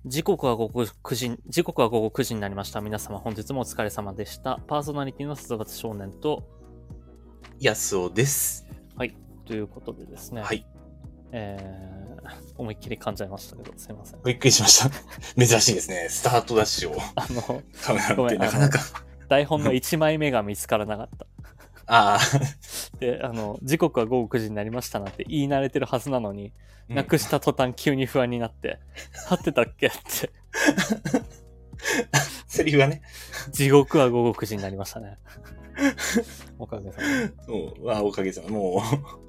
時刻は午後9時になりました。皆様本日もお疲れ様でした。パーソナリティの鈴勝少年と、 安尾です。 はい、ということでですね。 はい。 思いっきり噛んじゃいましたけど、すいません。 びっくりしました。珍しいですね。スタートダッシュを買うなんてなかなか。 台本の1枚目が見つからなかった。 ああ。 で、時刻は午後9時になりましたなんて言い慣れてるはずなのに、なくした途端急に不安になって、合ってたっけって。 セリフはね。 地獄は午後9時になりましたね。おかげさま。 おかげさま。も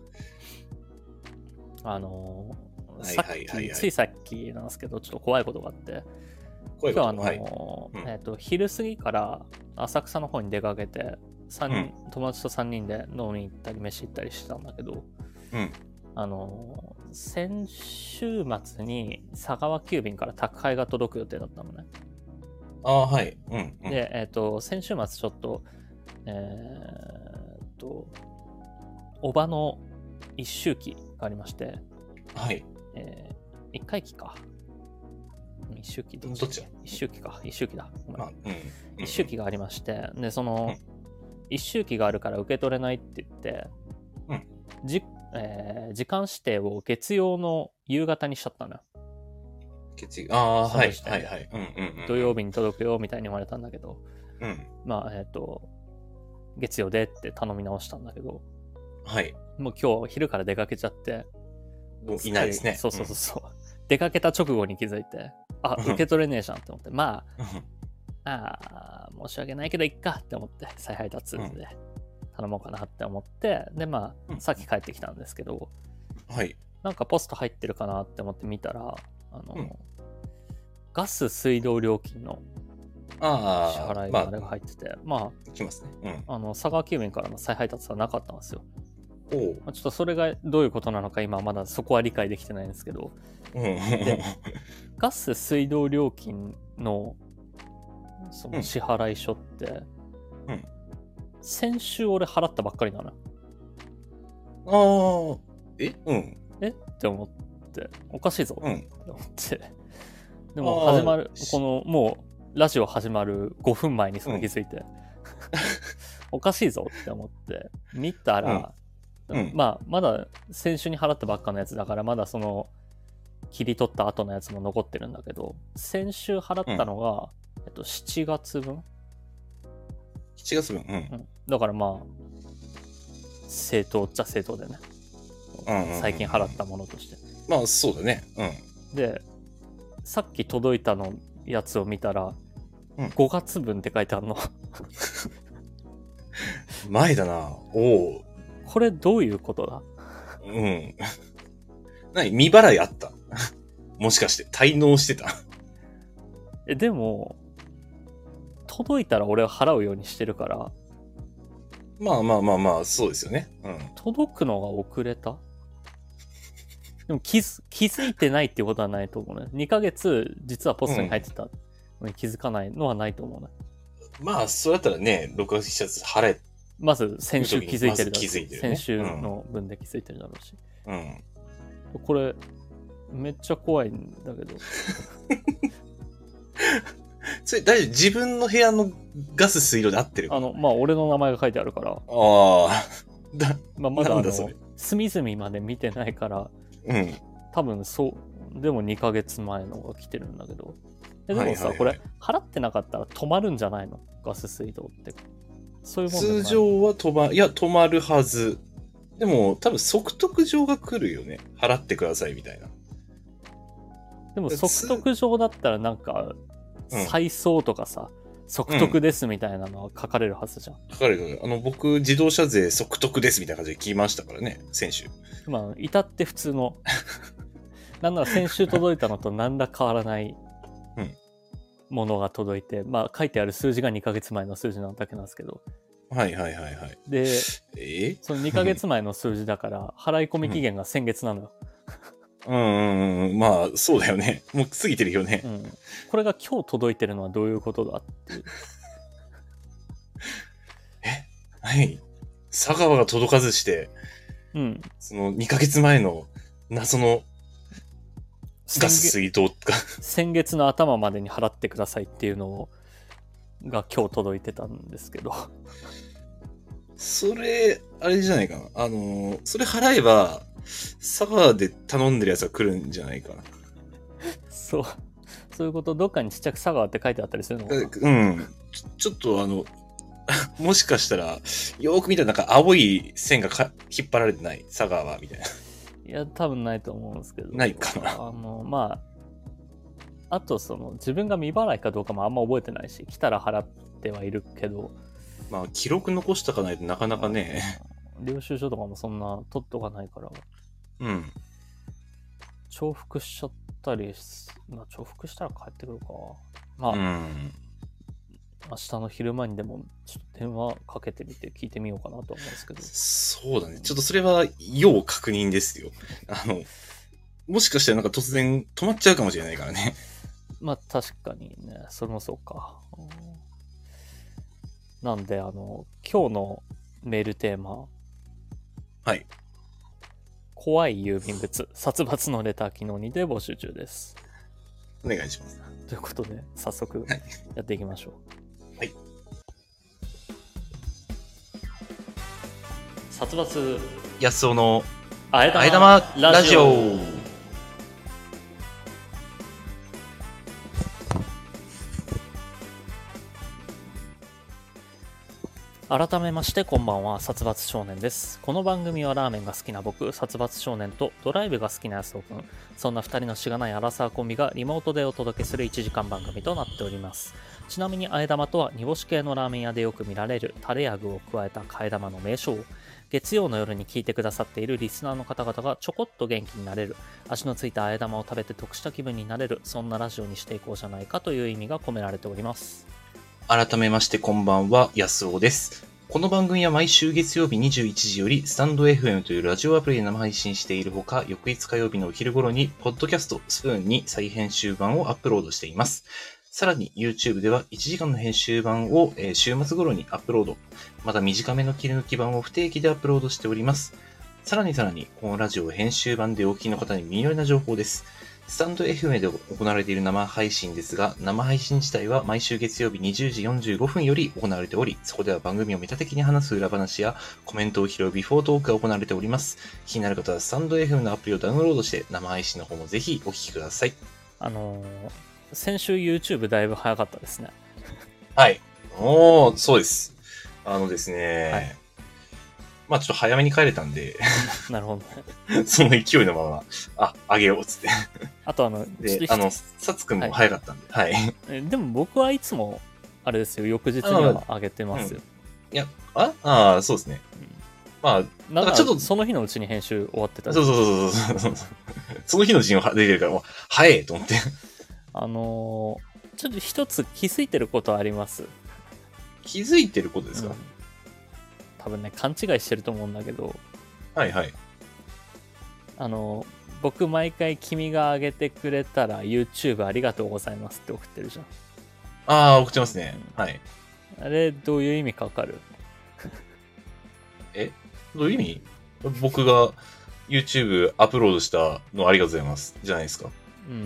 う。ついさっきなんですけど、ちょっと怖いことがあって、今日昼過ぎから浅草の方に出かけて、友達と3人で飲み行ったり飯行ったりしたんだけど、先週末に佐川急便から宅配が届く予定だったのね。 はい。 で、先週末ちょっと、おばの一周忌がありまして、 はい。 一回忌か。一周忌どっちだ？ 一周忌か。一周忌だ。一周周忌がありまして、で、その、一周忌があるから受け取れないって言って、時間指定を月曜の夕方にしちゃったのよ。 はい。 土曜日に届くよみたいに言われたんだけど、まあ、月曜でって頼み直したんだけど、 はい。 もう今日昼から出かけちゃって、 もういないですね。 そう。出かけた直後に気づいて、受け取れねえじゃんって思って、申し訳ないけどいっかって思って、再配達で頼もうかなって思って、で、さっき帰ってきたんですけど、 はい。 なんかポスト入ってるかなって思って見たら、ガス水道料金の支払いがあれが入ってて、 来ますね。 佐川急便からの再配達はなかったんですよ。 ちょっとそれがどういうことなのか今まだそこは理解できてないんですけど、でガス水道料金のその支払い書って、先週俺払ったばっかりなの。って思っておかしいぞって思って、でも始まるもうラジオ始まる5分前にそれ気づいて、おかしいぞって思って見たら、まだ先週に払ったばっかのやつだからまだその切り取った後のやつも残ってるんだけど、先週払ったのが、7月分。 7月分。 だから正当っちゃ正当でね。最近払ったものとして。 そうだね。 で、さっき届いたのやつを見たら、5月分って書いてあるの。 前だな。 これどういうことだ？ 未払いあったもしかして滞納してた？ でも届いたら俺は払うようにしてるから。 そうですよね。 届くのが遅れた？でも気づいてないっていうことはないと思うね。2ヶ月実はポストに入ってたのに気づかないのはないと思うね。 そうやったらね、6月7月払え。 まず先週気づいてるだろうし、 ね、 先週の分で気づいてるだろうし。これめっちゃ怖いんだけど。 それ大丈夫？自分の部屋のガス水道で合ってる？ 俺の名前が書いてあるから。まだ隅々まで見てないから。多分でも2ヶ月前のが来てるんだけど。でもさ、これ払ってなかったら止まるんじゃないの？ガス水道って。そういうもんじゃない？ 通常は止まるはず。でも多分即得状が来るよね。払ってくださいみたいな。 でも即得状だったらなんか再送とかさ、即得ですみたいなのは書かれるはずじゃん。 書かれる。僕自動車税即得ですみたいな感じで聞きましたからね、先週。 至って普通のなんなら先週届いたのと何ら変わらないものが届いて、書いてある数字が2ヶ月前の数字なだけなんですけど。で、その2ヶ月前の数字だから払い込み期限が先月なのよ。 そうだよね。もう過ぎてるよね。 これが今日届いてるのはどういうことだっていう。 佐川が届かずして、その2ヶ月前の謎のガス水道とか。 先月の頭までに払ってくださいっていうのが今日届いてたんですけど。 それ、あれじゃないかな。それ払えば、佐川で頼んでるやつが来るんじゃないかな。 そういうこと、どっかにちっちゃく佐川って書いてあったりするのかな。 うん。ちょっともしかしたら、よーく見たらなんか青い線が引っ張られてない、佐川みたいな。 いや、多分ないと思うんですけど。 ないかな。 まあ、あと自分が未払いかどうかもあんま覚えてないし、来たら払ってはいるけど。 まあ、記録残しとかないとなかなかね。 領収書とかもそんな取っとかないから。 うん。 重複しちゃったり、重複したら帰ってくるか。まあ、明日の昼間にでもちょっと電話かけてみて聞いてみようかなと思うんですけど。 そうだね。ちょっとそれは要確認ですよ。もしかしたらなんか突然止まっちゃうかもしれないからね。 まあ確かにね、それもそうか。なんで今日のメールテーマ。 はい。 怖い郵便物、殺伐のレター機能にて募集中です。 お願いします。 ということで、早速やっていきましょう。 はい。 殺伐安尾のあえ玉ラジオ。 改めましてこんばんは、殺伐少年です。この番組はラーメンが好きな僕、殺伐少年とドライブが好きな安尾くん、そんな2人のしがないアラサーコンビがリモートでお届けする1時間番組となっております。ちなみにあえ玉とは煮干し系のラーメン屋でよく見られるタレや具を加えた替え玉の名称。月曜の夜に聞いてくださっているリスナーの方々がちょこっと元気になれる、味のついたあえ玉を食べて得した気分になれる、そんなラジオにしていこうじゃないかという意味が込められております。 改めましてこんばんは、安尾です。この番組は毎週月曜日21時よりスタンド FM というラジオアプリで生配信しているほか、翌日火曜日のお昼頃にポッドキャストスプーンに再編集版をアップロードしています。さらに YouTube では1時間の編集版を週末頃にアップロード。また短めの切り抜き版を不定期でアップロードしております。さらにこのラジオ編集版でお聞きの方に耳寄りな情報です。スタンド FM で行われている生配信ですが、生配信自体は毎週月曜日20時45分より行われており、そこでは番組をメタ的に話す裏話やコメントを拾うビフォートークが行われております。気になる方はスタンド FM のアプリをダウンロードして生配信の方もぜひお聞きください。 先週 YouTube だいぶ早かったですね。 はい。そうです。ですね、はい、まあちょっと早めに帰れたんで。 なるほどね。 その勢いのまま、あげようっつって。 あとで、サツくんも早かったんで、はい。 でも僕はいつも、あれですよ、翌日にはあげてますよ。 いや、そうですね。まあ、 なんかちょっとその日のうちに編集終わってた。 そう。その日のうちに出てるから、もう、早いと思って。 ちょっと一つ気づいてることあります。 気づいてることですか？ 多分ね、勘違いしてると思うんだけど。 はいはい。 僕毎回君が上げてくれたら YouTube ありがとうございますって送ってるじゃん。 送ってますね。はい。 あれ、どういう意味かわかる？ どういう意味？僕が YouTube アップロードしたのありがとうございますじゃないですか。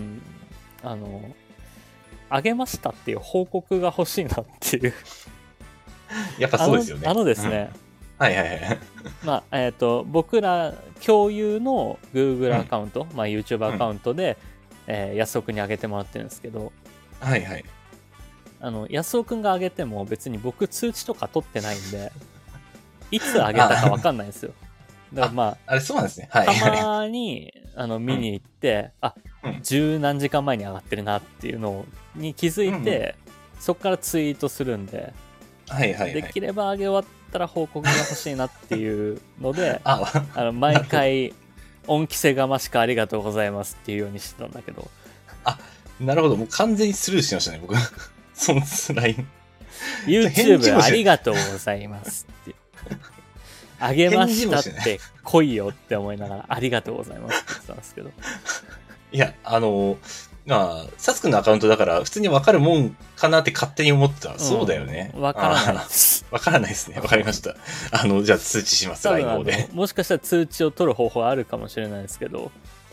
あげましたっていう報告が欲しいなっていう。 やっぱそうですよね。 ですね。 はい。 まあ、僕ら共有の Google アカウント、YouTube アカウントで、安尾くんに上げてもらってるんですけど、 はい。 安尾くんが上げても別に僕通知とか取ってないんで、いつ上げたかわかんないんですよ。だからあれそうなんですね。はい。 たまに、見に行って、十何時間前に上がってるなっていうのに気づいて、そこからツイートするんで、できれば上げ終わったら報告が欲しいなっていうので、毎回、恩着せがましくありがとうございますっていうようにしてたんだけど。 なるほど。もう完全にスルーしましたね、僕。そのLINE。 YouTube ありがとうございますって。あげましたって来いよって思いながらありがとうございますって言ってたんですけど。 いや、サツくんのアカウントだから普通にわかるもんかなって勝手に思ってた。そうだよね。 わからないです。 わからないですね。わかりました。じゃあ通知します、LINE の方で。 もしかしたら通知を取る方法あるかもしれないですけど、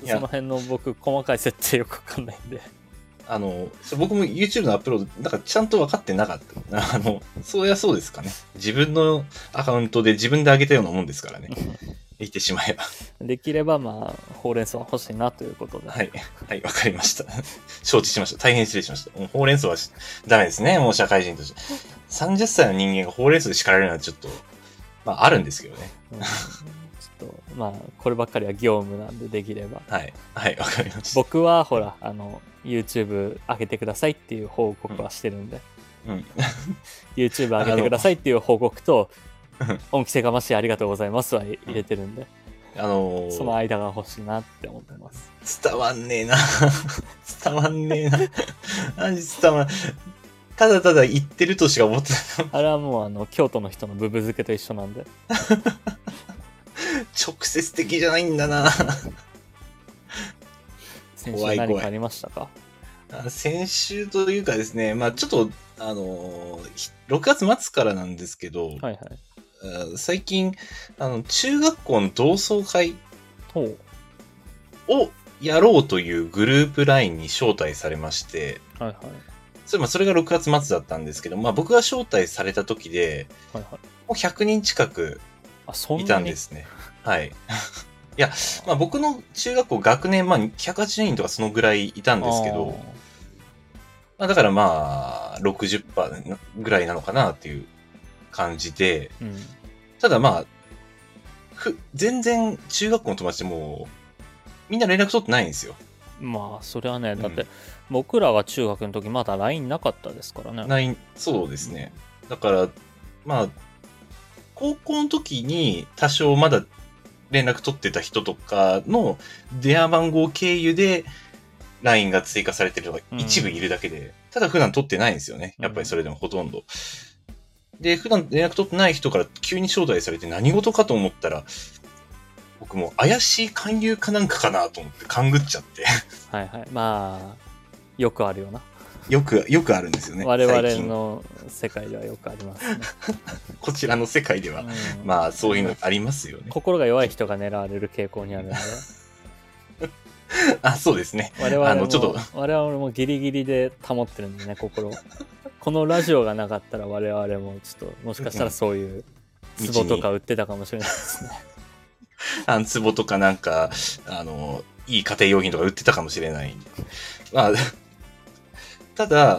その辺の僕、細かい設定よくわかんないんで。 僕も YouTube のアップロード、なんかちゃんと分かってなかった。そうやそうですかね。自分のアカウントで自分で上げたようなもんですからね。言ってしまえば。 できれば、まあ、ほうれん草は欲しいなということで。 はい。はい、わかりました。承知しました。大変失礼しました。もうほうれん草はダメですね。もう社会人として。30歳の人間がほうれん草で叱られるのはちょっと、まあ、あるんですけどね。 ちょっと、まあ、こればっかりは業務なんでできれば。 はい。はい、わかりました。 僕は、ほら、YouTube 上げてくださいっていう報告はしてるんで。YouTube 上げてくださいっていう報告と、恩着せがましいありがとうございますは入れてるんで。その間が欲しいなって思ってます。 伝わんねえな。伝わんねえな。何伝わん。ただただ言ってるとしか思ってない。 あれはもう京都の人のブブ漬けと一緒なんで。 直接的じゃないんだな。 先週何かありましたか？ 先週というかですね、まあちょっと、6月末からなんですけど、 はいはい、 最近、中学校の同窓会をやろうというグループ LINE に招待されまして、 はいはい、 それが6月末だったんですけど、まあ僕が招待された時で、 はいはい、 もう100人近くいたんですね。はい。いや、まあ僕の中学校学年、まあ180人とかそのぐらいいたんですけど、まあだからまあ 60% ぐらいなのかなっていう感じで、ただまあ、全然中学校の友達でもみんな連絡取ってないんですよ。 まあそれはね、だって僕らは中学の時まだ LINE なかったですからね。 そうですね。だからまあ高校の時に多少まだ連絡取ってた人とかの電話番号経由で LINE が追加されてるのが一部いるだけで、ただ普段取ってないんですよね。やっぱりそれでもほとんど。で、普段連絡取ってない人から急に招待されて何事かと思ったら、僕も怪しい勧誘かなんかかなと思って勘ぐっちゃって。 はいはい。まあ、よくあるよな。 よくあるんですよね。 我々の世界ではよくありますね。 こちらの世界では、まあそういうのありますよね。 心が弱い人が狙われる傾向にあるんで。 あ、そうですね。 我々もギリギリで保ってるんでね、心を。このラジオがなかったら我々もちょっともしかしたらそういう壺とか売ってたかもしれないですね。 壺とかなんか、いい家庭用品とか売ってたかもしれない。まあ、ただ、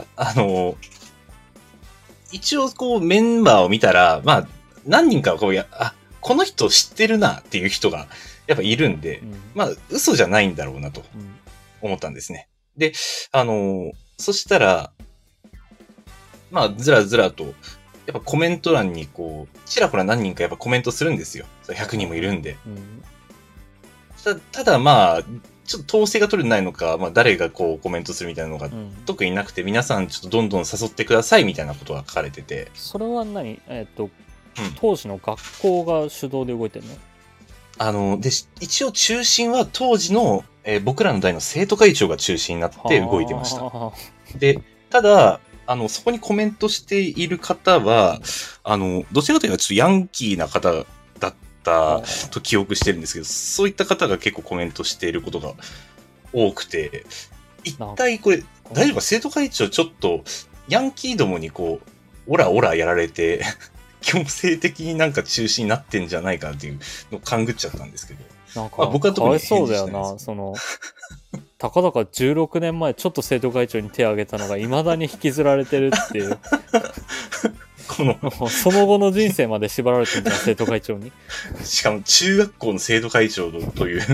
一応こうメンバーを見たら、まあ、何人かこうこの人知ってるなっていう人がやっぱいるんで、まあ、嘘じゃないんだろうなと思ったんですね。で、そしたら、まあ、ずらずらと、やっぱコメント欄にこう、ちらほら何人かやっぱコメントするんですよ。100人もいるんで。ただまあ、ちょっと統制が取れてないのか、まあ誰がこうコメントするみたいなのが特になくて、皆さんちょっとどんどん誘ってくださいみたいなことが書かれてて。 それは何？当時の学校が主導で動いてるの？で、一応中心は当時の、僕らの代の生徒会長が中心になって動いてました。で、ただ、そこにコメントしている方は、どちらかというとちょっとヤンキーな方だったと記憶してるんですけど、そういった方が結構コメントしていることが多くて、一体これ、大丈夫か？生徒会長ちょっと、ヤンキーどもにこう、オラオラやられて、強制的になんか中止になってんじゃないかなっていうのを勘ぐっちゃったんですけど。 なんか、僕は特にそうだよな、たかだか16年前、ちょっと生徒会長に手を挙げたのが、未だに引きずられてるっていう。その後の人生まで縛られてるんだ、生徒会長に。 しかも、中学校の生徒会長という、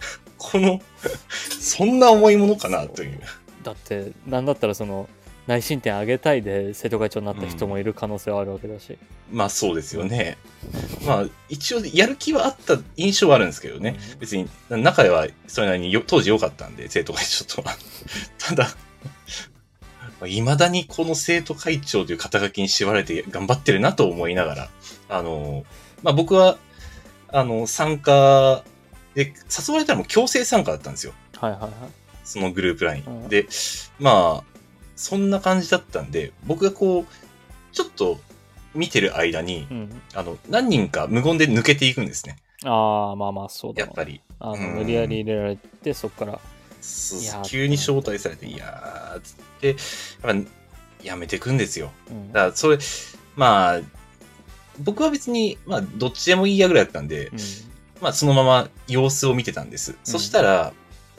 そんな重いものかなという。 だって、なんだったら内申点上げたいで生徒会長になった人もいる可能性はあるわけだし。 まあそうですよね。まあ一応やる気はあった印象はあるんですけどね。別に仲ではそれなりに当時良かったんで、生徒会長とは。ただ、未だにこの生徒会長という肩書きに縛られて頑張ってるなと思いながら、まあ僕は、参加で、誘われたらもう強制参加だったんですよ。 はいはいはい。 そのグループライン。で、まあ、そんな感じだったんで、僕がこう、ちょっと見てる間に、何人か無言で抜けていくんですね。 ああ、まあまあ、そうだやっぱり。 無理やり入れられて、そこから。 急に招待されて、いやー、つって、やっぱ、やめてくんですよ。だから、それ、まあ、僕は別に、まあ、どっちでもいいやぐらいだったんで、まあ、そのまま様子を見てたんです。そしたら、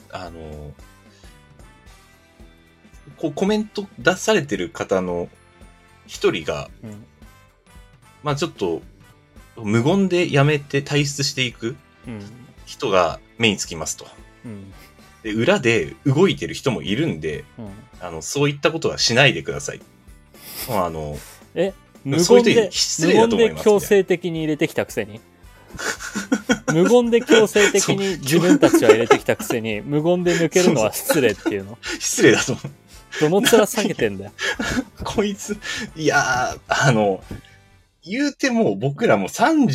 こうコメント出されてる方の一人が、まあちょっと無言でやめて退出していく人が目につきますと。で、裏で動いてる人もいるんで、そういったことはしないでください。 無言で強制的に入れてきたくせに無言で強制的に自分たちは入れてきたくせに無言で抜けるのは失礼っていうの。 失礼だと思う。 どの面下げてんだよ。 こいつ、いやー、言うても僕らも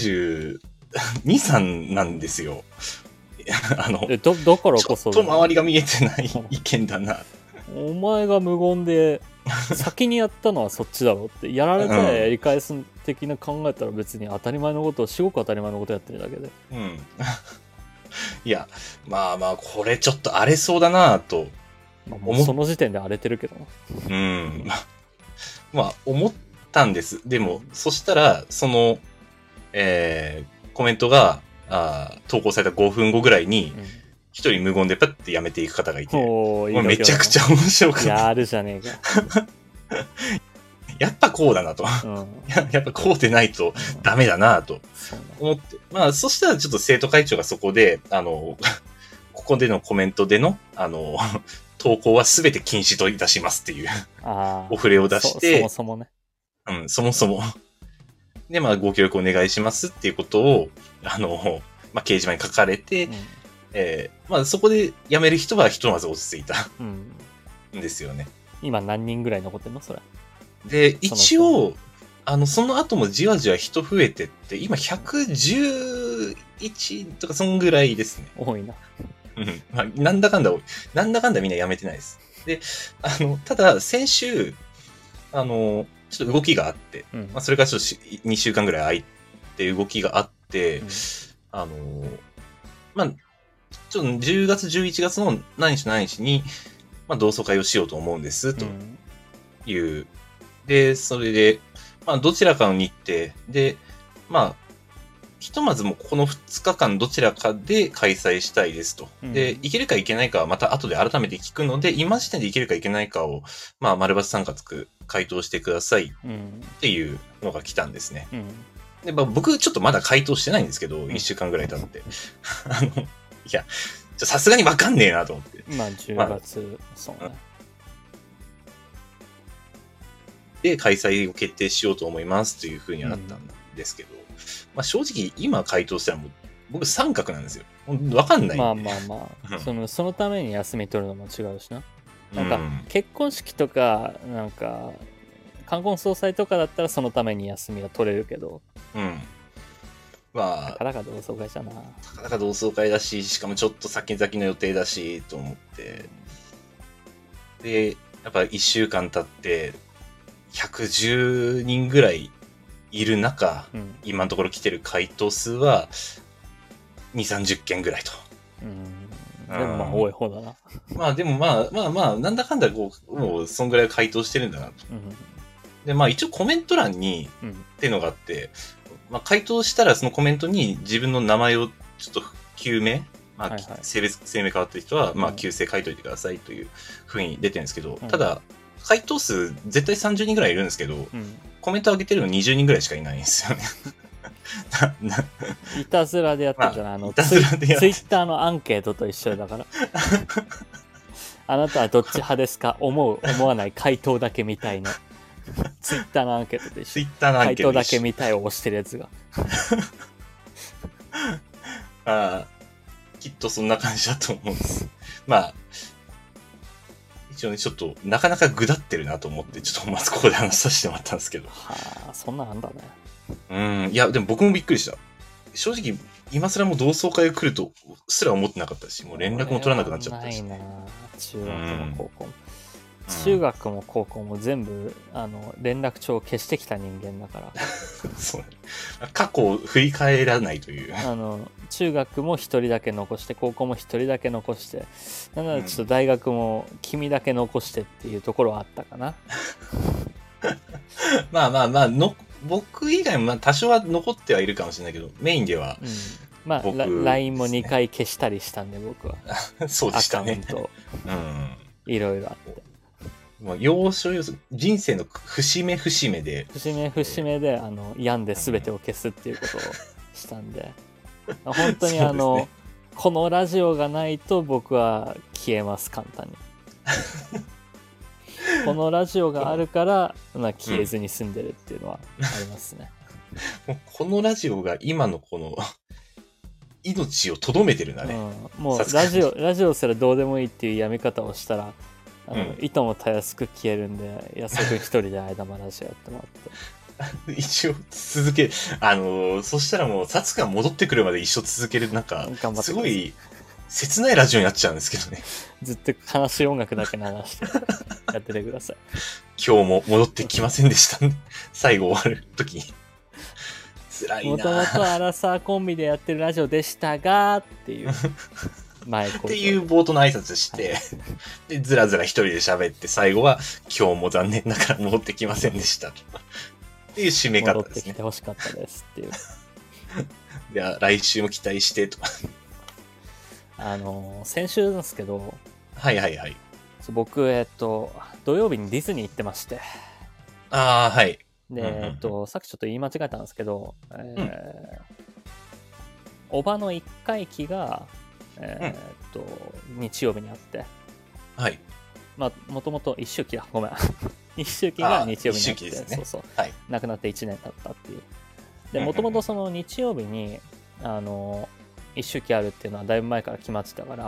32、3なんですよ。 だからこそ。 ちょっと周りが見えてない意見だな。 お前が無言で、先にやったのはそっちだろって、やられたらやり返す的な考えたら別に当たり前のことを、すごく当たり前のことやってるだけで。 いや、まあまあ、これちょっと荒れそうだなと。 その時点で荒れてるけどな。まあ、思ったんです。でも、そしたら、その、コメントが、投稿された5分後ぐらいに、一人無言でパッてやめていく方がいて、めちゃくちゃ面白くて。 やるじゃねえか。 やっぱこうだなと。やっぱこうでないとダメだなと思って。まあ、そしたらちょっと生徒会長がそこで、ここでのコメントでの、投稿は全て禁止といたしますっていうお触れを出して、 そもそもね。 そもそも。で、まあ、ご協力お願いしますっていうことを、まあ、掲示板に書かれて、まあ、そこで辞める人はひとまず落ち着いたんですよね。 今何人ぐらい残ってんのそれ。 で、一応、その後もじわじわ人増えてって、今111とかそんぐらいですね。 多いな。 まあ、なんだかんだみんな辞めてないです。で、ただ、先週、ちょっと動きがあって、まあ、それからちょっと2週間ぐらい空いて動きがあって、まあ、ちょっと10月、11月の何日何日に、まあ、同窓会をしようと思うんです、という。で、それで、まあ、どちらかの日程で、まあ、ひとまずもうこの2日間どちらかで開催したいですと。で、いけるかいけないかはまた後で改めて聞くので、今時点でいけるかいけないかを、まあ、丸×三角回答してくださいっていうのが来たんですね。で、まあ、僕ちょっとまだ回答してないんですけど、1週間ぐらい経って。いや、さすがにわかんねえなと思って。 まあ、10月、そうね。 で、開催を決定しようと思いますというふうにはなったんですけど、まあ、正直今回答したらもう僕三角なんですよ。わかんない。 まあまあまあ、そのために休み取るのも違うしな。なんか、結婚式とか、なんか、冠婚葬祭とかだったらそのために休みは取れるけど。 まあ、 たかだか同窓会じゃな。 たかだか同窓会だし、しかもちょっと先々の予定だし、と思って。で、やっぱ1週間経って、110人ぐらいいる中、今のところ来てる回答数は、2、30件ぐらいと。 でもまあ多い方だな。 まあでもまあ、なんだかんだこう、もうそんぐらい回答してるんだなと。で、まあ一応コメント欄に、っていうのがあって、まあ回答したらそのコメントに自分の名前をちょっと救命、まあ性名変わってる人は、まあ旧姓書いといてくださいというふうに出てるんですけど、ただ、回答数絶対30人ぐらいいるんですけど、コメント上げてるの20人ぐらいしかいないんですよね。 いたずらでやってるじゃない、ツイッターのアンケートと一緒だから。あなたはどっち派ですか？思わない回答だけ見たいの。ツイッターのアンケートと一緒。 ツイッターのアンケート回答だけ見たいを押してるやつが。 きっとそんな感じだと思うんです。まあ、一応ね、ちょっと、なかなかぐだってるなと思って、ちょっとまずここで話させてもらったんですけど。 はあ、そんなんあんだね。 いや、でも僕もびっくりした。正直、今更もう同窓会が来るとすら思ってなかったし、もう連絡も取らなくなっちゃったし。 ないな中学も高校も。 中学も高校も全部連絡帳を消してきた人間だからそう過去を振り返らないという中学も一人だけ残して高校も一人だけ残してなのでちょっと大学も君だけ残してっていうところはあったかな、 まあ僕以外も多少は残ってはいるかもしれないけどメインでは、 まあ、LINE も2回消したりしたんで僕はそうでしたね。 アカウントいろいろあって要所要所人生の節目節目で病んで全てを消すっていうことをしたんで本当にこのラジオがないと僕は消えます簡単にこのラジオがあるから消えずに済んでるっていうのはありますね、 このラジオが今のこの命をとどめてるんだね、 もうラジオすらどうでもいいっていうやめ方をしたらいともたやすく消えるんで安田君一人で間間ラジオやってもらって一応続けそしたらもうサツが戻ってくるまで一生続けるすごい切ないラジオになっちゃうんですけどねずっと悲しい音楽だけ流してやっててください今日も戻ってきませんでした最後終わる時に辛いなもともとアラサーコンビでやってるラジオでしたがっていうっていう冒頭の挨拶して、でずらずら一人で喋って最後は今日も残念ながら戻ってきませんでしたっていう締め方ですね。 戻ってきてほしかったですっていう。 じゃあ来週も期待してとか先週なんですけど、 はい僕土曜日にディズニー行ってまして、 はい。 でさっきちょっと言い間違えたんですけど、おばの1回忌が日曜日にあって、 はい。 まあもともと一周忌だ、ごめん一周忌が日曜日にあって、 ね、 そう、 はい、 亡くなって1年経ったっていう。でもともとその日曜日に一周忌あるっていうのはだいぶ前から決まってたから、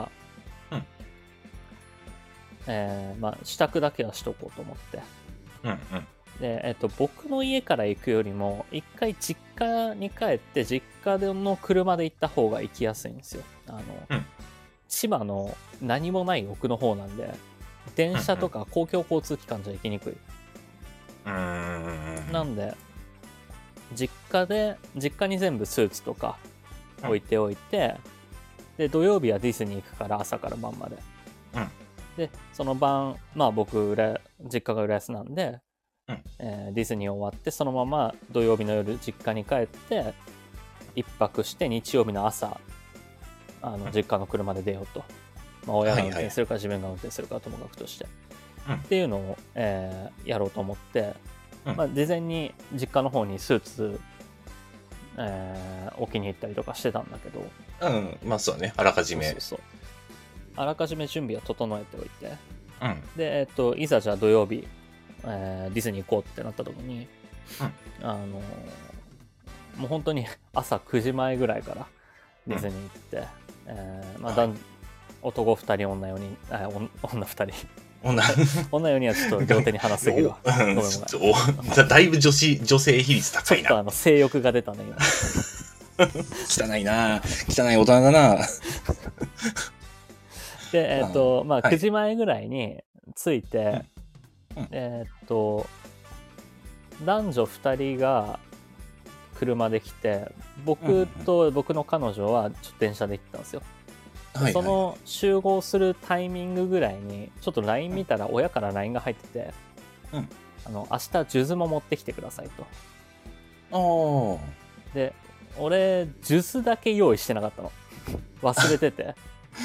まあ支度だけはしとこうと思って、で僕の家から行くよりも一回実家に帰って実家の車で行った方が行きやすいんですよ。千葉の何もない奥の方なんで電車とか公共交通機関じゃ行きにくい。なんで実家に全部スーツとか置いておいて、で土曜日はディズニー行くから朝から晩まで、でその晩まあ僕実家が浦安なんで、ディズニー終わってそのまま土曜日の夜実家に帰って一泊して日曜日の朝実家の車で出ようと、まあ、親が運転するか自分が運転するかともかくとして、っていうのを、やろうと思って、まあ、事前に実家の方にスーツ、置きに行ったりとかしてたんだけど、 まあそうだね、あらかじめあらかじめ準備は整えておいて、でいざじゃあ土曜日ディズニー行こうってなった時に、もう本当に朝9時前ぐらいからディズニー行って、まあ男2人女4人女2人女4人はちょっと両手に話すぎるわだいぶ女性比率高いな。 ちょっと性欲が出たね今汚いな、汚い大人だなでまあ9時前ぐらいに着いて、男女2人が車で来て、僕と僕の彼女はちょっと電車で行ったんですよ。その集合するタイミングぐらいにちょっと LINE 見たら親から LINE が入ってて、明日数珠も持ってきてくださいと。で俺数珠だけ用意してなかったの忘れてて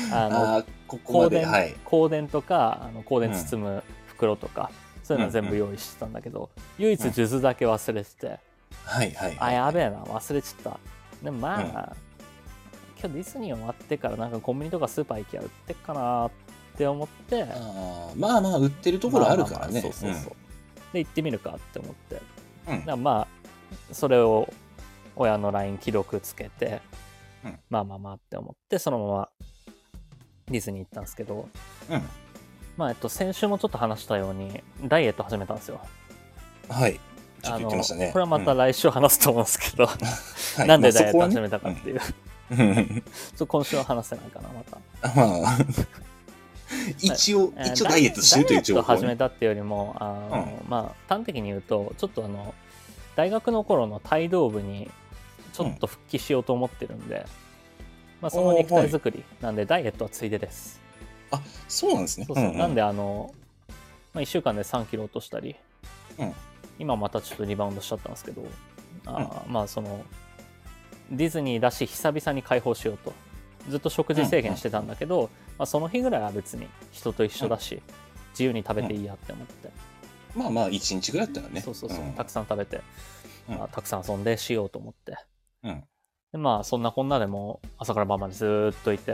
香典とか香典包む袋とか、そういうのは全部用意してたんだけど、唯一数珠だけ忘れてて、やべえな忘れちゃった。でもまあ、今日ディズニー終わってからなんかコンビニとかスーパー行きゃ売ってっかなって思って、 まあ売ってるところあるからね。 で行ってみるかって思って、まあそれを親の LINE 記録つけて、まあって思ってそのままディズニー行ったんですけど、まあ先週もちょっと話したようにダイエット始めたんですよ。 ちょっと言ってましたね。 これはまた来週話すと思うんですけど、なんでダイエット始めたかっていう、ちょっと今週は話せないかなまた。 一応ダイエットしてるという情報、 ダイエット始めたっていうよりも、まあ、端的に言うと、ちょっと大学の頃の体動部にちょっと復帰しようと思ってるんで、まあ、その肉体作りなんで、ダイエットはついでです。 あ、そうなんですね。 なんでまあ、1週間で3キロ落としたり、今またちょっとリバウンドしちゃったんですけど、まあディズニーだし久々に解放しようと。ずっと食事制限してたんだけど、まあ、その日ぐらいは別に人と一緒だし、自由に食べていいやって思って、 まあまあ1日ぐらいだったらね、 たくさん食べて、たくさん遊んでしようと思って、でまあそんなこんなでも朝から晩までずっといて、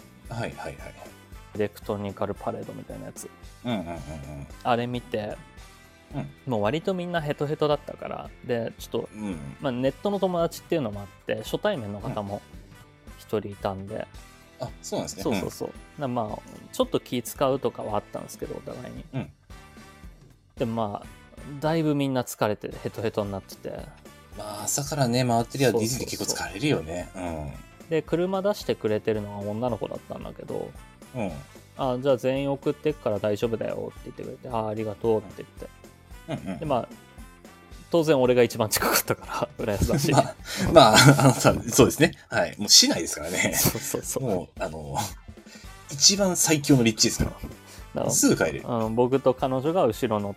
レクトニカルパレードみたいなやつ、あれ見て、もう割とみんなヘトヘトだったから、でちょっと、まあ、ネットの友達っていうのもあって初対面の方も一人いたんで、 あ、そうなんですね。 まあちょっと気使うとかはあったんですけど、お互いに、でもまあだいぶみんな疲れてヘトヘトになってて、 まあ朝からね回ってりゃディズニー結構疲れるよね。 で車出してくれてるのは女の子だったんだけど、じゃあ全員送ってくから大丈夫だよって言ってくれて、ありがとうって言って、でまあ当然俺が一番近かったから浦安だし、 まああなたそうですね、はい、もう市内ですからね。もう一番最強の立地ですからすぐ帰れる。 僕と彼女が後ろ乗って、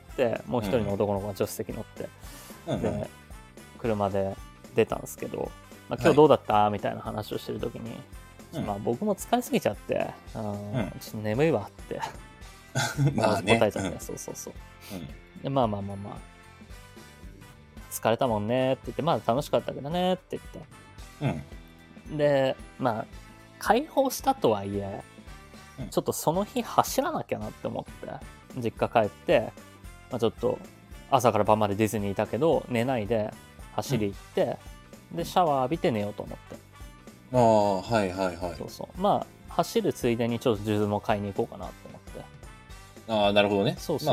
もう一人の男の子が助手席乗って、で車で出たんですけど、まあ、今日どうだった、みたいな話をしてる時に、まあ僕も疲れすぎちゃって、ちょっと眠いわって答えちゃって、でまあ疲れたもんねって言って、まあ楽しかったけどねって言って、でまあ解放したとはいえ、ちょっとその日走らなきゃなって思って実家帰って、まあ、ちょっと朝から晩までディズニーいたけど寝ないで走り行って、でシャワー浴びて寝ようと思って、まあ走るついでにちょっと数珠も買いに行こうかなと思って。 なるほどね。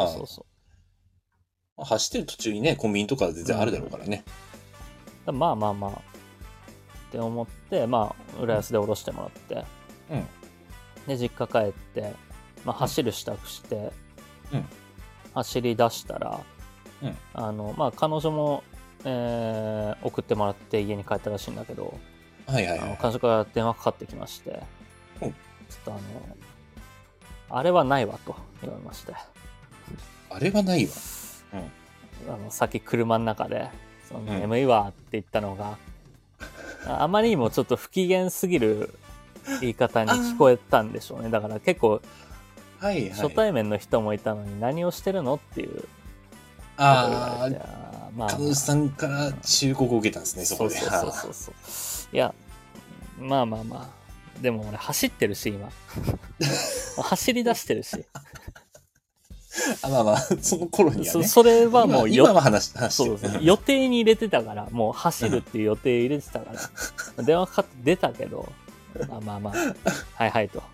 走ってる途中にねコンビニとか全然あるだろうからね、 まあって思って、まあ浦安で降ろしてもらって、で実家帰って、まあ、走る支度して、走り出したら、まあ彼女も、送ってもらって家に帰ったらしいんだけど、彼女から電話かかってきまして、ちょっとあれはないわと言われまして。 あれはないわ。 さっき車の中で眠いわって言ったのが、あまりにもちょっと不機嫌すぎる言い方に聞こえたんでしょうね。だから結構初対面の人もいたのに何をしてるのっていうことを言われて、 彼女さんから忠告を受けたんですね、そこで。 いやまあでも俺走ってるし今走り出してるしまあその頃にはね、 それはもう今は話してる。 予定に入れてたから、もう走るっていう予定入れてたから電話かかって出たけど、まあはいと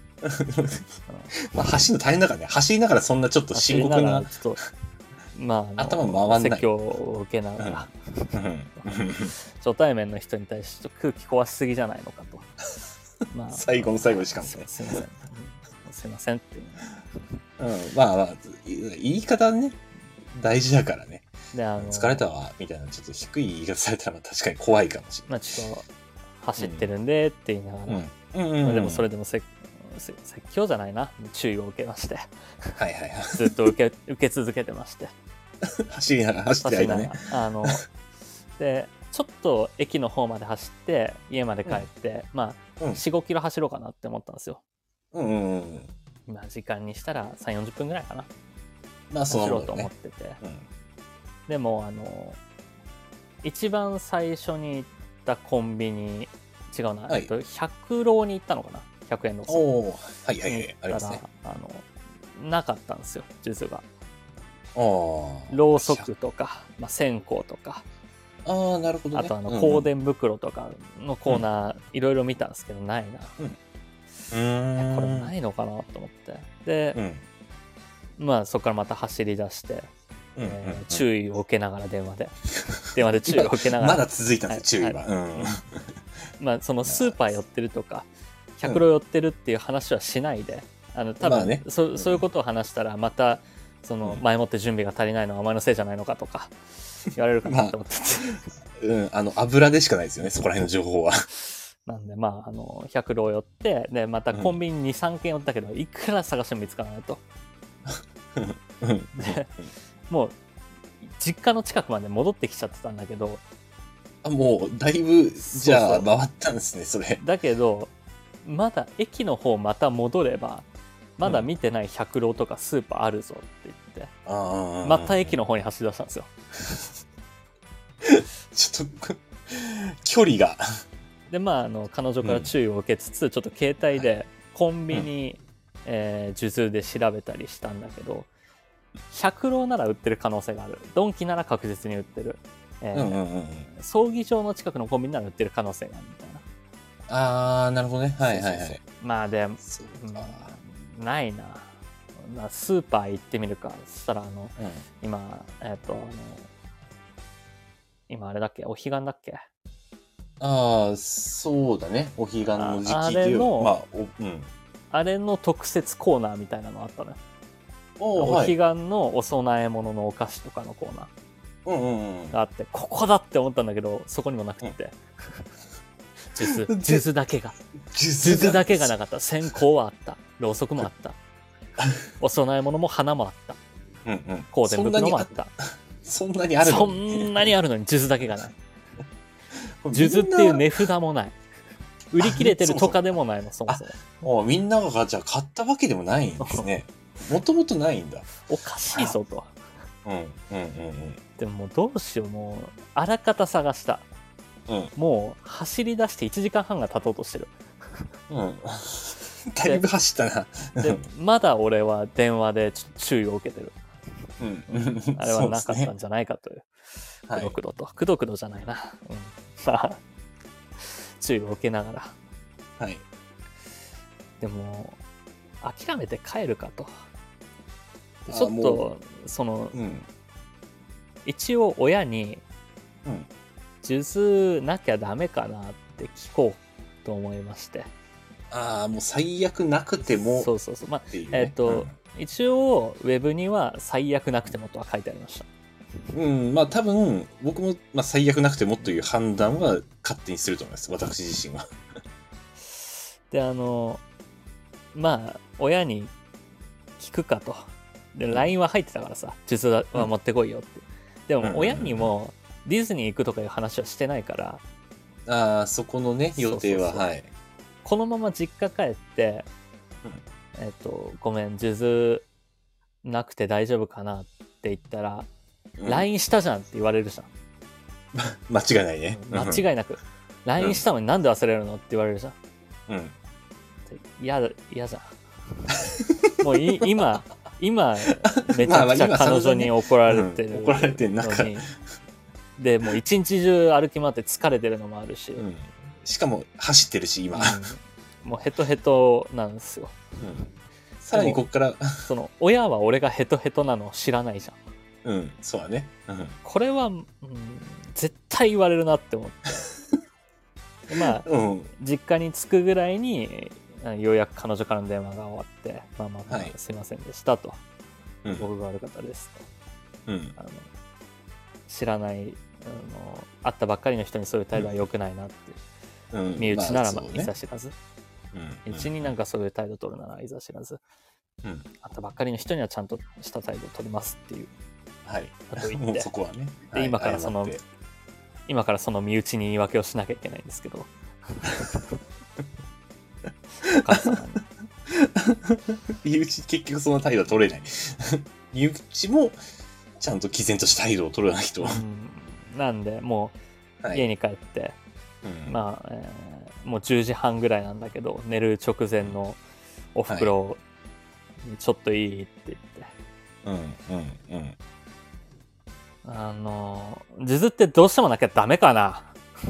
走るの大変だからね。走りながらそんなちょっと深刻な頭回んない説教を受けながら初対面の人に対して空気壊しすぎじゃないのかと最後の最後にしかもね、 すいませんっていうまあ言い方ね大事だからね。で疲れたわみたいなちょっと低い言い方されたら確かに怖いかもしれない。 ちょっと走ってるんでって言いながら、でもそれでも説教じゃないな、注意を受けましてずっと受け続けてまして走りながら走ってる間ね。 でちょっと駅の方まで走って家まで帰って、まあ 4,5 キロ走ろうかなって思ったんですよ。今時間にしたら 3,40 分ぐらいかな、走ろうと思ってて、でも一番最初に行ったコンビニ違うな、100ロに行ったのかな、100円のありますね。 なかったんですよ、数珠が。ろうそくとか、線香とか、 なるほどね、 あと香典袋とかのコーナーいろいろ見たんですけどないな、これないのかなと思って、で、まあそこからまた走り出して、注意を受けながら電話で注意を受けながらまだ続いたんですよ、注意は。 まあそのスーパー寄ってるとか100ロ寄ってるっていう話はしないで、 多分、ね、そういうことを話したら、また、前もって準備が足りないのはお前のせいじゃないのかとか、言われるかなと思ってて。油でしかないですよね、そこら辺の情報は。 なんで、100浪寄って、で、またコンビニ2、3軒寄ったけど、いくら探しても見つからないと。で、もう、実家の近くまで戻ってきちゃってたんだけど、 もう、だいぶ、じゃあ、回ったんですね、それ。 だけど、まだ駅の方また戻れば、まだ見てない百郎とかスーパーあるぞって言って、また駅の方に走り出したんですよ。 ちょっと、距離が。 で、彼女から注意を受けつつ、ちょっと携帯でコンビニ、数珠で調べたりしたんだけど、百郎なら売ってる可能性がある。ドンキなら確実に売ってる。葬儀場の近くのコンビニなら売ってる可能性があるみたいな。なるほどね。はいはいはい。 ないな。スーパー行ってみるか。そしたら今あれだっけ、お彼岸だっけ。 そうだね。お彼岸の時期であれの特設コーナーみたいなのあったのよ。お彼岸のお供え物のお菓子とかのコーナーがあって、ここだって思ったんだけど、そこにもなくて。数珠だけが。数珠だけがなかった。線香はあった。ろうそくもあった。お供え物も花もあった。香典袋もあった。 そんなにあるのに。 そんなにあるのに数珠だけがない。数珠っていう値札もない。売り切れてるとかでもないの、そもそも。みんながじゃあ買ったわけでもないんですね。もともとないんだ。 おかしいぞと。でももうどうしよう、もうあらかた探した。もう走り出して1時間半が経とうとしてる。 だいぶ走ったな。でまだ俺は電話で注意を受けてる。あれはなかったんじゃないかという。くどくどと。くどくどじゃないな。注意を受けながら。 はい。 でも、諦めて帰るかと。ちょっと、一応親に、数珠なきゃダメかなって聞こうと思いまして。 もう最悪なくても。 そう。一応、ウェブには最悪なくてもとは書いてありました。 多分、僕も、最悪なくてもという判断は勝手にすると思います。私自身は。 で、親に聞くかと。で、LINE は入ってたからさ、数珠は持ってこいよって。でも、親にもディズニー行くとかいう話はしてないから。 そこのね、予定は、はい。 このまま実家帰って、ごめん、数珠なくて大丈夫かなって言ったら、LINE したじゃんって言われるじゃん。 間違いないね。 間違いなく。LINE したのになんで忘れるのって言われるじゃん。嫌じゃん。もう今、めちゃくちゃ彼女に怒られてる。 怒られてん中。 で、もう一日中歩き回って疲れてるのもあるし。 しかも走ってるし、今。 もうヘトヘトなんですよ。 さらにこっから。 親は俺がヘトヘトなのを知らないじゃん。 そうだね。 これは、絶対言われるなって思って。実家に着くぐらいに、ようやく彼女からの電話が終わって、すいませんでしたと。僕が悪かったですと。知らない、会ったばっかりの人にそういう態度は良くないなって。身内ならいざ知らず。うちになんかそういう態度取るならいざ知らず。会ったばっかりの人にはちゃんとした態度を取りますっていう。 はい。 と言って。 そこはね。 で、今からその身内に言い訳をしなきゃいけないんですけど。お母様に。 身内結局その態度は取れない。身内もちゃんと毅然とした態度を取らないと。 なんで、もう家に帰って、もう10時半ぐらいなんだけど、寝る直前のおふくろにちょっといいって言って。数珠ってどうしてもなきゃダメかな。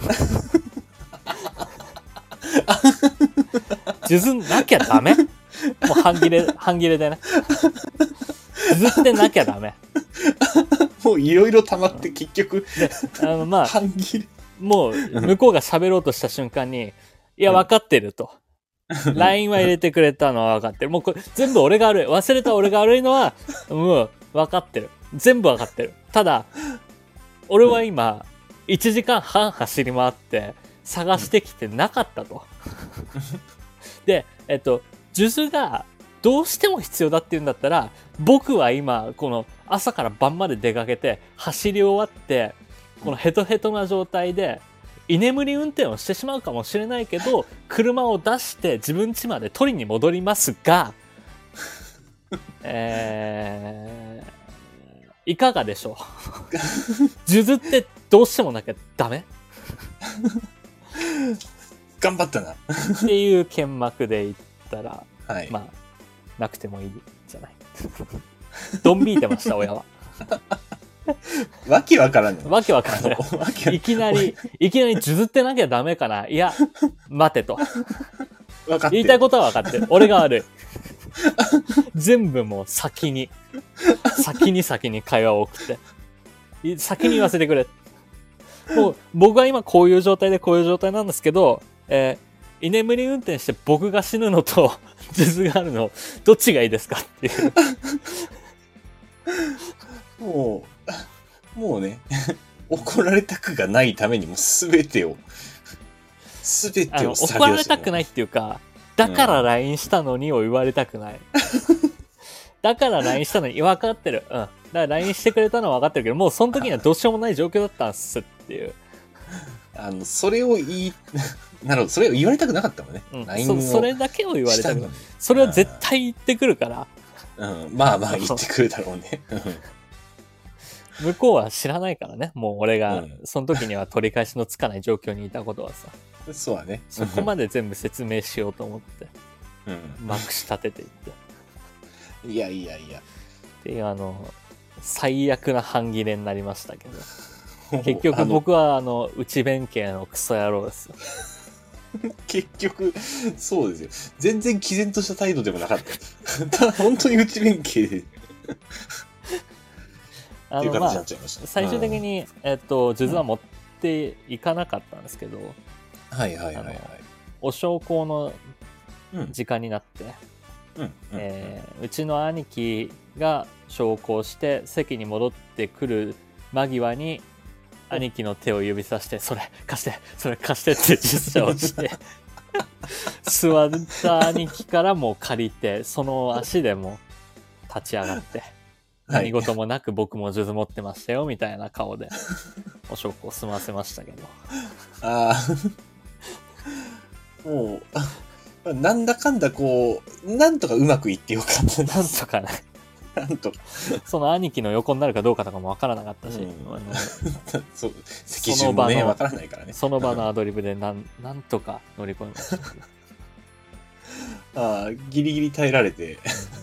数珠なきゃダメ？もう半切れでね。数珠ってなきゃダメ。 もういろいろ溜まって結局で半切れ。もう向こうが喋ろうとした瞬間に、いや分かってると。 LINE は入れてくれたのは分かってる。もうこれ全部俺が悪い。忘れた俺が悪いのは、もう分かってる。全部分かってる。ただ、俺は今、1時間半走り回って探してきてなかったと。で、数珠がどうしても必要だって言うんだったら、僕は今、この朝から晩まで出かけて、走り終わって、このヘトヘトな状態で、居眠り運転をしてしまうかもしれないけど、車を出して自分家まで取りに戻りますが、いかがでしょう。数珠ってどうしてもなきゃダメ頑張ったな。 っていう剣幕で言ったら、 はい、 まあ、なくてもいいじゃない。ドン引いてました、親は。 わけわからんね。 わけわからない。いきなり数珠ってなきゃダメかな。いや、待てと。 分かって言いたいことは分かってる。俺が悪い。全部もう先に会話を送って。先に言わせてくれ。もう僕は今こういう状態でこういう状態なんですけど、居眠り運転して僕が死ぬのと数珠があるのどっちがいいですかっていう。 もうね、怒られたくがないためにも全てを怒られたくないっていうか、だから LINE したのにを言われたくない。だから LINE したのに分かってる。うん。だから LINE してくれたのは分かってるけど、もうその時にはどうしようもない状況だったんすっていう。 それをなるほど、それを言われたくなかったもんね。 うん、それだけを言われたくない。それは絶対言ってくるから。 うん、まあ言ってくるだろうね。 向こうは知らないからね。もう俺が、その時には取り返しのつかない状況にいたことはさ。 そうだね。 そこまで全部説明しようと思って、まくし立てていって。 いや。 っていう最悪な半切れになりましたけど。結局僕は内弁慶のクソ野郎ですよ。 結局、そうですよ。全然毅然とした態度でもなかった。ただ本当に内弁慶で。っていう形になっちゃいました。 最終的に、数珠は持っていかなかったんですけど、 はい。 お焼香の時間になって、うちの兄貴が焼香して席に戻ってくる間際に、兄貴の手を指さして、それ貸してってジェスチャーをして、座った兄貴からも借りて、その足でも立ち上がって、何事もなく僕も数珠持ってましたよみたいな顔でお焼香を済ませましたけど。 もうなんだかんだなんとかうまくいってよかった。 なんとかね。なんとか。その兄貴の横になるかどうかとかもわからなかったし、 そう席順もねわからないからね。 その場のアドリブでなんとか乗り越えました。 ギリギリ耐えられて。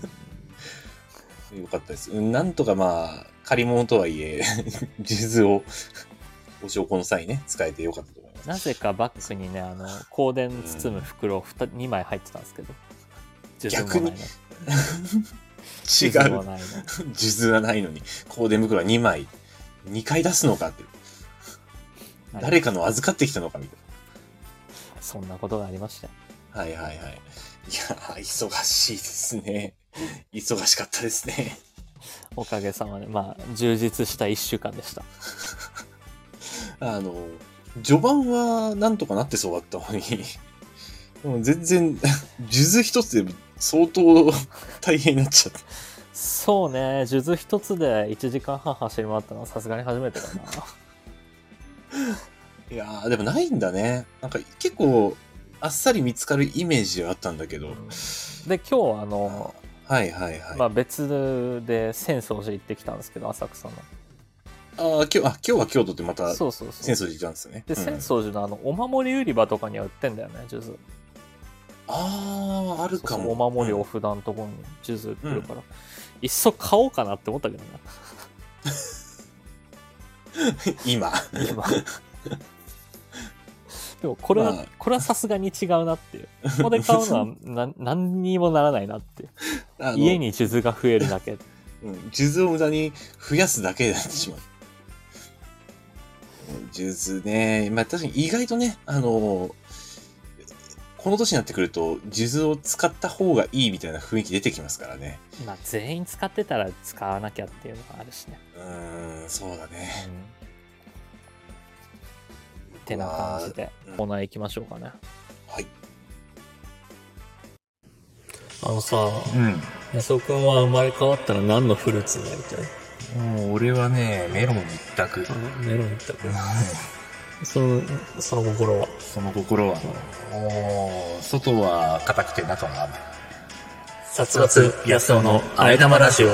よかったです。なんとか借り物とはいえ、数珠をお焼香の際ね、使えてよかったと思います。 なぜかバッグにね、香典包む袋2枚入ってたんですけど。 逆に。違う。数珠はないのに、香典袋は2枚。2回出すのかって。誰かの預かってきたのかみたいな。そんなことがありました。 はい。いや忙しいですね。忙しかったですね。 おかげさまで、充実した1週間でした。 序盤はなんとかなってそうだったのに、もう全然、数珠一つで相当大変になっちゃった。 そうね、数珠一つで1時間半走り回ったのはさすがに初めてだな。 いやー、でもないんだね。なんか結構、あっさり見つかるイメージはあったんだけど。 で、今日別で浅草寺行ってきたんですけど、浅草の。 今日は京都ってまた浅草寺行ったんですよね。 で、浅草寺のお守り売り場とかには売ってんだよね、数珠。 あるかも。 お守りお札のところに数珠売ってるから、いっそ買おうかなって思ったけどね。 今。 でもこれはさすがに違うなっていう。ここで買うのは何にもならないなっていう。家に数珠が増えるだけ。 数珠を無駄に増やすだけになってしまう。数珠ね、確かに意外とね、 この年になってくると、数珠を使った方がいいみたいな雰囲気出てきますからね。 まあ全員使ってたら使わなきゃっていうのがあるしね。 そうだね。 ってな感じで、コーナー行きましょうかね。 はい。 さ、安尾くんは生まれ変わったら何のフルーツになりたい？ もう俺はね、メロン一択。 メロン一択。その心は？ その心は、外は硬くて中は甘い。 殺伐安尾のあえ玉ラジオ。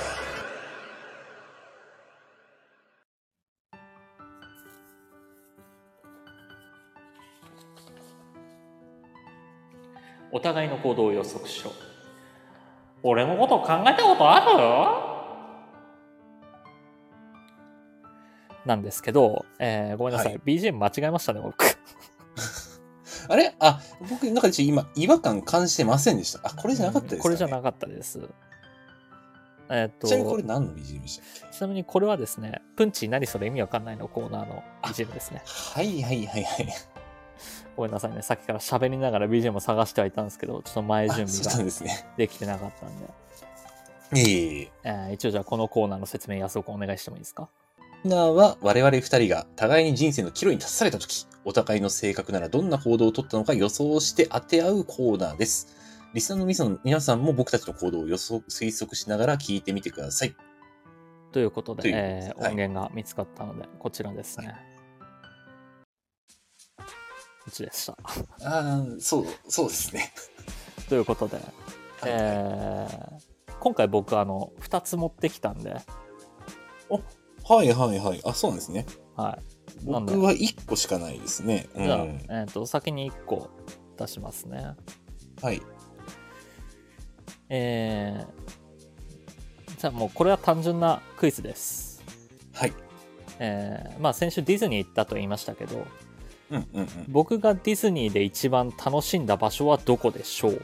お互いの行動を予測しろ。俺のこと考えたことある？なんですけど、ごめんなさい、はい、BGM 間違えましたね、僕。 あれ僕、なんか今、違和感感じてませんでした。これじゃなかったですかね、 これじゃなかったです。 ちなみにこれ何の BGM でしたっけ？ ちなみにこれはですね、プンチ何それ意味わかんないのコーナーの BGM ですね。 はい。 ごめんなさいね、さっきから喋りながら BGM を探してはいたんですけど、ちょっと前準備ができてなかったんで。一応じゃあこのコーナーの説明、安岡お願いしてもいいですか？ コーナーは我々二人が互いに人生の岐路に立たされたとき、お互いの性格ならどんな行動を取ったのか予想して当て合うコーナーです。リスナーの皆さんも僕たちの行動を推測しながら聞いてみてください。 ということで、音源が見つかったので、こちらですね。こっちでした。 そうですね。 ということで、今回僕2つ持ってきたんで。 はい。そうなんですね。 はい。 僕は1個しかないですね。 じゃあ、先に1個出しますね。 はい。 じゃあもうこれは単純なクイズです。 はい。 先週ディズニー行ったと言いましたけど、僕がディズニーで一番楽しんだ場所はどこでしょう？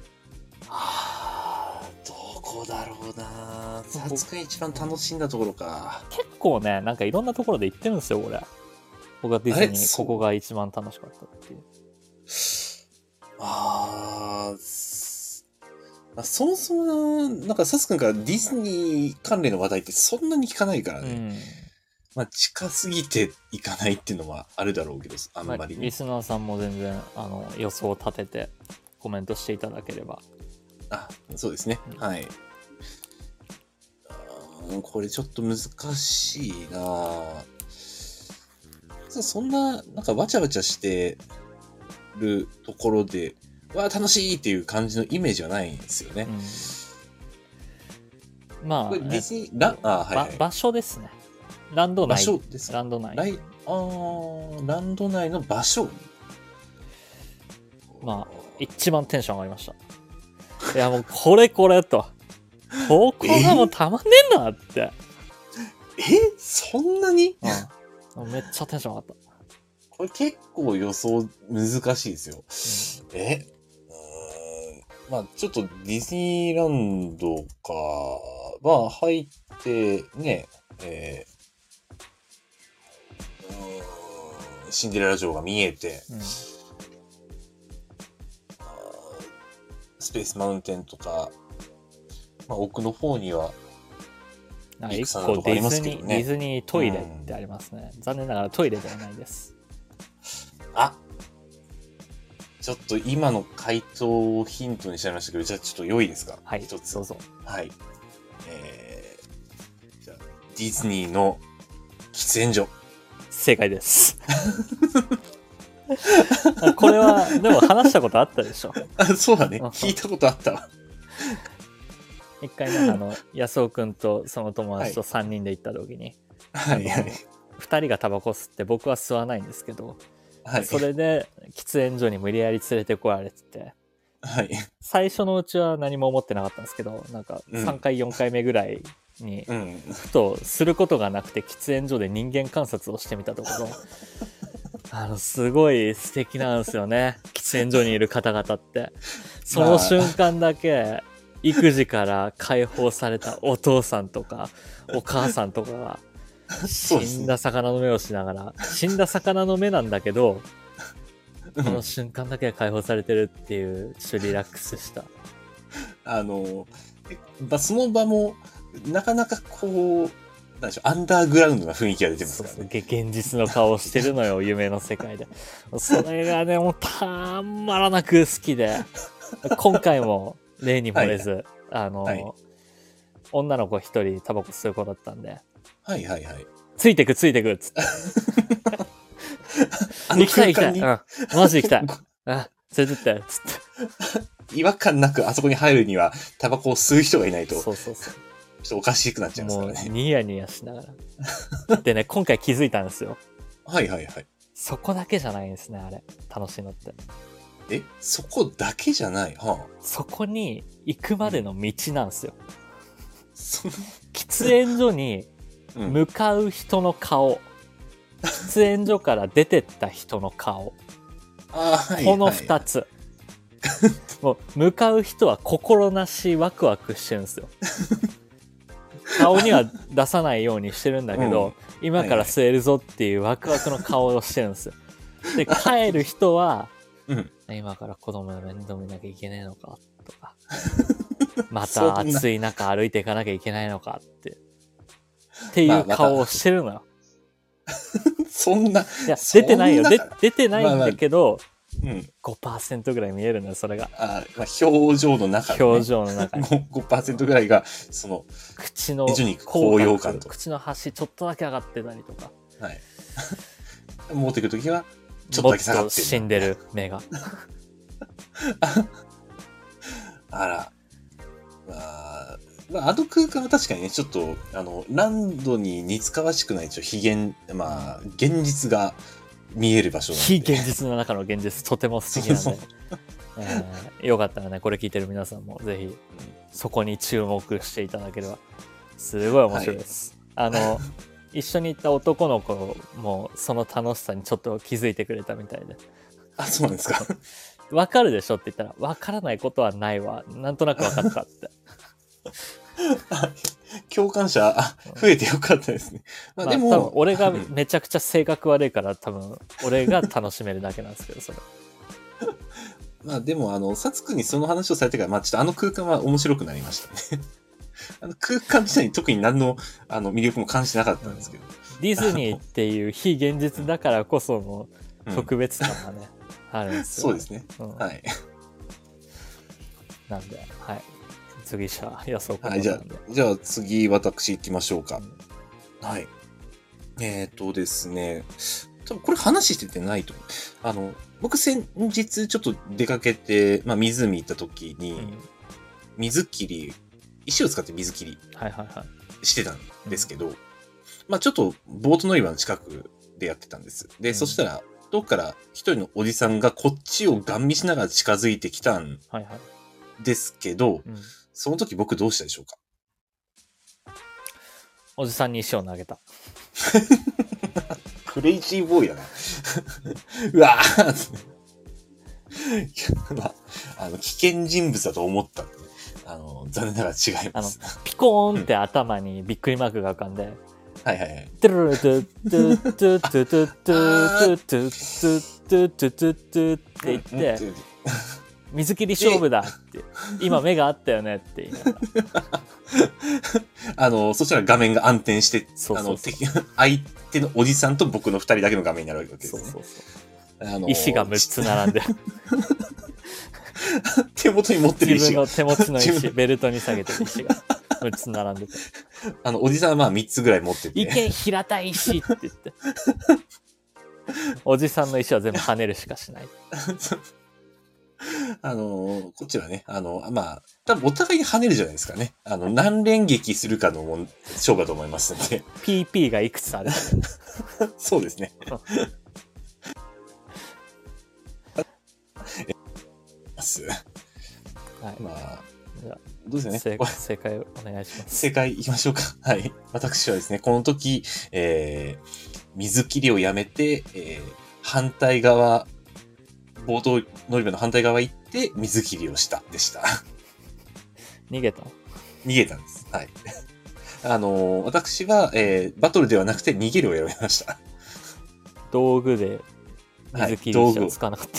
どこだろうな。さつくん一番楽しんだところか。 結構ね、なんかいろんなところで行ってるんですよ、これ。僕がディズニー、ここが一番楽しかったっていう。 そもそもなんかさつくんからディズニー関連の話題ってそんなに聞かないからね。近すぎていかないっていうのはあるだろうけど、あんまりね。 リスナーさんも全然予想を立ててコメントしていただければ。 そうですね。はい。これちょっと難しいな。そんな、なんかわちゃわちゃしてるところで、楽しいっていう感じのイメージはないんですよね。これディズニー、 場所ですね。ランド内。 場所ですか？ ランド内。 ランド内の場所。 一番テンション上がりました。いや、もうこれと。ここがもうたまんねえなって。 そんなに？ めっちゃテンション上がった。 これ結構予想難しいですよ。ちょっとディズニーランドかは入ってね、シンデレラ城が見えて、スペースマウンテンとか、奥の方には一個ディズニートイレってありますね。残念ながらトイレではないです。 ちょっと今の回答をヒントにしちゃいましたけど、じゃあちょっと良いですか？ はい、 一つ。 どうぞ。 はい。じゃあディズニーの喫煙所。 正解です。これはでも話したことあったでしょ？ そうだね。聞いたことあったわ。 一回ね、安尾くんとその友達と3人で行った時に、2人がタバコ吸って僕は吸わないんですけど、それで喫煙所に無理やり連れてこられてて、最初のうちは何も思ってなかったんですけど、なんか3回4回目ぐらいにふとすることがなくて喫煙所で人間観察をしてみたところ、すごい素敵なんですよね、喫煙所にいる方々って。その瞬間だけ育児から解放されたお父さんとかお母さんとかが死んだ魚の目をしながら、死んだ魚の目なんだけどこの瞬間だけが解放されてるっていう、ちょっとリラックスした。 その場も、なかなかこう、なんでしょう、アンダーグラウンドな雰囲気が出てますからね。 そう現実の顔をしてるのよ、夢の世界で。それがね、もうたまらなく好きで、今回も例に漏れず、女の子一人タバコ吸う子だったんで、 はいはいはい。 ついてくっつって。行きたい。マジ行きたい。連れてって、つって。 違和感なくあそこに入るには、タバコを吸う人がいないと。 そう。 ちょっとおかしくなっちゃいますからね。 もうニヤニヤしながら。でね、今回気づいたんですよ。 はいはいはい。 そこだけじゃないんですね、あれ。楽しいのって。 そこだけじゃない。 そこに行くまでの道なんですよ。喫煙所に向かう人の顔。喫煙所から出てった人の顔。この二つ。もう、向かう人は心なしワクワクしてるんですよ。顔には出さないようにしてるんだけど、今から吸えるぞっていうワクワクの顔をしてるんですよ。で、帰る人は、今から子供の面倒見なきゃいけねえのかとか、また暑い中歩いていかなきゃいけないのかっていう顔をしてるのよ。 そんな。いや、出てないよ。出てないんだけど、5% ぐらい見えるのよ、それが。 表情の中で、ね。 表情の中に。 5% ぐらいが、 口の高揚感と。 口の端ちょっとだけ上がってたりとか。 はい。持っていくときは、ちょっとだけ下がってる。 もっと死んでる目が。 あら。あの空間は確かにね、ちょっと、ランドに似つかわしくない、現実が見える場所なんで。 非現実の中の現実、とても素敵なんで。よかったらね、これ聞いてる皆さんもぜひ、そこに注目していただければ、すごい面白いです。一緒に行った男の子も、その楽しさにちょっと気づいてくれたみたいで。 そうなんですか。 わかるでしょって言ったら、わからないことはないわ。なんとなくわかったって。 共感者増えてよかったですね。でも多分俺がめちゃくちゃ性格悪いから、多分俺が楽しめるだけなんですけど、それ。 でもサツくんにその話をされてから、ちょっと空間は面白くなりましたね。空間自体に特に何の魅力も感じなかったんですけど。 ディズニーっていう非現実だからこその特別感がね、あるんですよ。 そうですね。はい。 なんで、はい。次じゃあ、安岡さん。じゃあ次私行きましょうか。はい。ですね。多分これ話しててないと思う。僕先日ちょっと出かけて、湖行った時に、水切り、石を使って水切りしてたんですけど、ちょっとボート乗り場の近くでやってたんです。で、そしたら、どっから一人のおじさんがこっちをガン見しながら近づいてきたんですけど、その時僕どうしたでしょうか？ おじさんに石を投げた。 クレイジーボーイだな。うわぁ危険人物だと思ったんで、残念ながら違います。 ピコーンって頭にびっくりマークが浮かんで、 はいはいはい。 トゥルルトゥトゥトゥトゥトゥトゥトゥトゥトゥトゥトゥトゥトゥって言って、水切り勝負だって、今目があったよねって言いながら。そしたら画面が暗転して、相手のおじさんと僕の2人だけの画面になるわけですね。 石が6つ並んで。 手元に持ってる石が。 自分の手持ちの石、ベルトに下げてる石が6つ並んでて。 おじさんは3つぐらい持ってて。 いけ、平たい石って言って。おじさんの石は全部跳ねるしかしない。 こっちはね、多分お互いに跳ねるじゃないですかね。何連撃するかの勝負だと思いますんで。 PP がいくつあるか。 そうですね。 はい。じゃあどうですね。 正解をお願いします。 正解いきましょうか。はい。私はですね、この時、水切りをやめて、反対側、ボート乗り場の反対側行って水切りをしたでした。 逃げたんです。はい。私は、バトルではなくて逃げるを選びました。 道具で水切り石は使わなかった。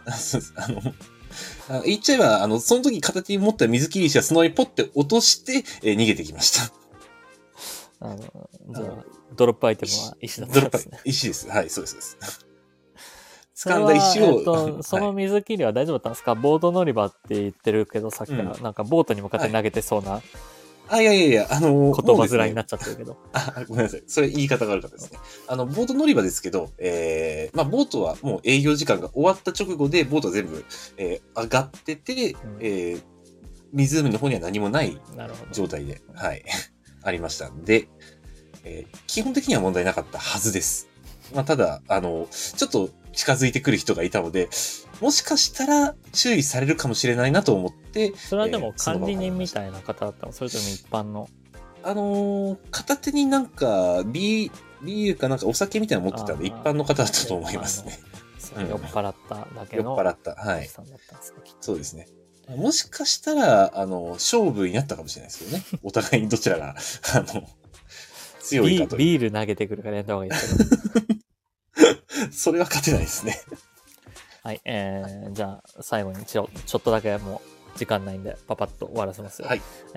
そうです。言っちゃえば、その時片手に持った水切り石はその上にポッて落として、逃げてきました。 じゃあ、ドロップアイテムは石だったんですね。 石です。はい、そうです。掴んだ石を。 その水切りは大丈夫だったんですか？ボート乗り場って言ってるけど、さっきからなんかボートに向かって投げてそうな。 いや、 言葉面になっちゃってるけど。 ごめんなさい。それ言い方が悪かったですね。ボート乗り場ですけど、ボートはもう営業時間が終わった直後で、ボートは全部、上がってて、湖の方には何もない状態で、はい、ありましたんで、基本的には問題なかったはずです。ただ、ちょっと近づいてくる人がいたので、もしかしたら注意されるかもしれないなと思って、 それはでも管理人みたいな方だったの？それとも一般の？ 片手になんか、ビールかなんかお酒みたいなの持ってたんで、一般の方だったと思いますね。 酔っ払っただけの。 酔っ払った。はい。そうですね。もしかしたら、勝負になったかもしれないですけどね。お互いにどちらが、強いかと。 ビール投げてくるからやった方がいいですけど。 それは勝てないですね。 はい、じゃあ最後にちょっとだけもう時間ないんでパパッと終わらせますよ。 はい。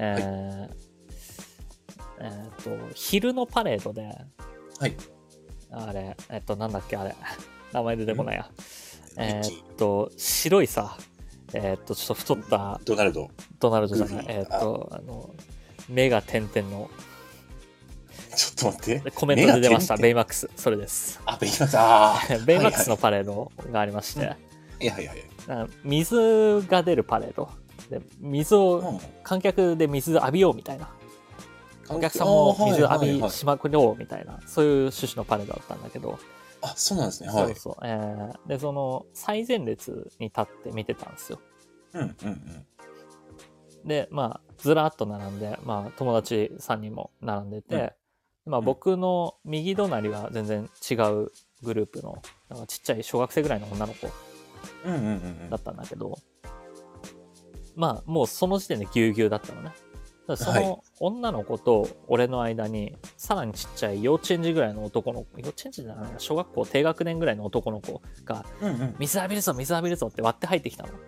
昼のパレードで、 はい。 あれ、なんだっけあれ、名前出てこないや。白いさ、ちょっと太った、 ドナルドじゃない、目が点々の、 ちょっと待って。 コメントで出ました。ベイマックス。それです。 ベイマックス。 ベイマックスのパレードがありまして。水が出るパレード。で、観客で水浴びようみたいな。お客さんも水浴びしまくろうみたいな、そういう趣旨のパレードだったんだけど。 そうなんですね。はい。 そう。で、その、最前列に立って見てたんですよ。で、ずらっと並んで、友達3人も並んでて、僕の右隣は全然違うグループのなんかちっちゃい小学生ぐらいの女の子だったんだけど、もうその時点でぎゅうぎゅうだったのね。その女の子と俺の間にさらにちっちゃい幼稚園児ぐらいの幼稚園児じゃない、小学校低学年ぐらいの男の子が水浴びるぞって割って入ってきたの。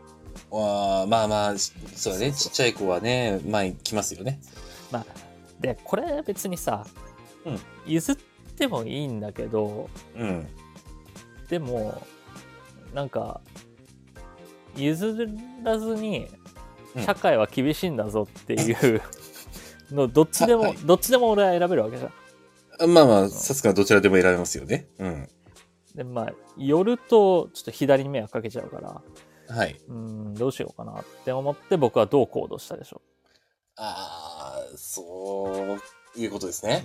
そうだね。ちっちゃい子はね、前に来ますよね。 で、これ別にさ、譲ってもいいんだけど、でもなんか譲らずに社会は厳しいんだぞっていうのどっちでも俺は選べるわけじゃん。さすがどちらでも選べますよね。 で寄るとちょっと左に迷惑かけちゃうから、どうしようかなって思って僕はどう行動したでしょう。 そういうことですね。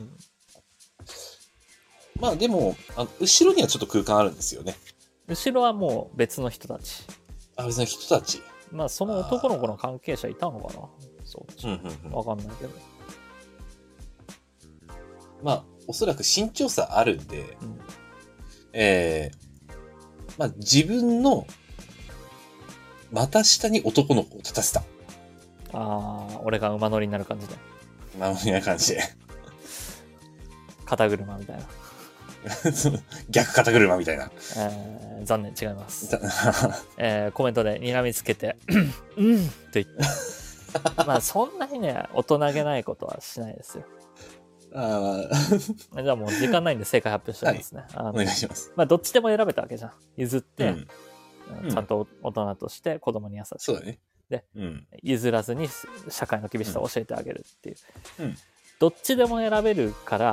でも後ろにはちょっと空間あるんですよね。 後ろはもう別の人たち。 別の人たち。 その男の子の関係者いたのかな。わかんないけど。 おそらく身長差あるんで、自分の股下に男の子を立たせた。 俺が馬乗りになる感じで。 馬乗りな感じで。 肩車みたいな。 逆肩車みたいな。 残念、違います。コメントで睨みつけて、うんと言って。そんなにね、大人げないことはしないですよ。じゃあもう時間ないんで正解発表してますね。 お願いします。 どっちでも選べたわけじゃん。譲って、ちゃんと大人として子供に優しい。 そうだね。 で、譲らずに社会の厳しさを教えてあげるっていう。どっちでも選べるから、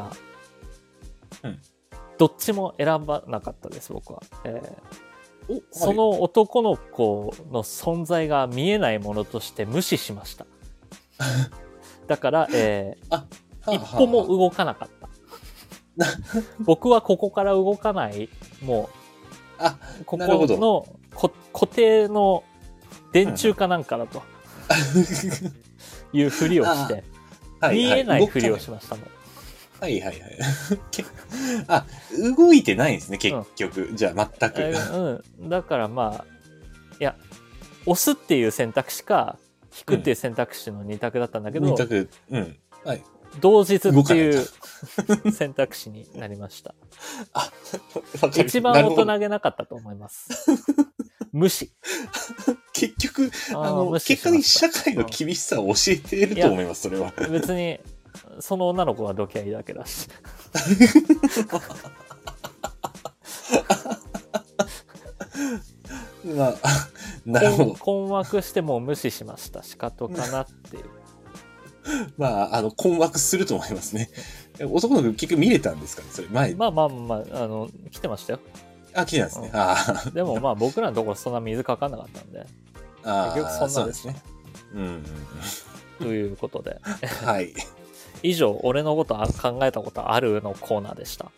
どっちも選ばなかったです、僕は。その男の子の存在が見えないものとして無視しました。だから、一歩も動かなかった。僕はここから動かない、もう、ここの固定の電柱かなんかだというふりをして、見えないふりをしましたもん。 動いてないんですね、結局。じゃあ、全く。 だからいや、押すっていう選択肢か、引くっていう選択肢の2択だったんだけど、 はい。 同日っていう選択肢になりました。 一番大人げなかったと思います。無視。 結局、結果に社会の厳しさを教えていると思います、それは。 別に、その女の子がどきゃいいだけだし。 まあ、なるほど。 困惑してもう無視しました。仕方かなっていう。 まあ、困惑すると思いますね。男の子結局見れたんですかね、それ前。 まあ、来てましたよ。 あ、来てたんですね。 でもまあ僕らのところそんな水かかんなかったんで。結局そんなですね。ということで。 はい。 以上、俺のこと考えたことあるのコーナーでした。はい。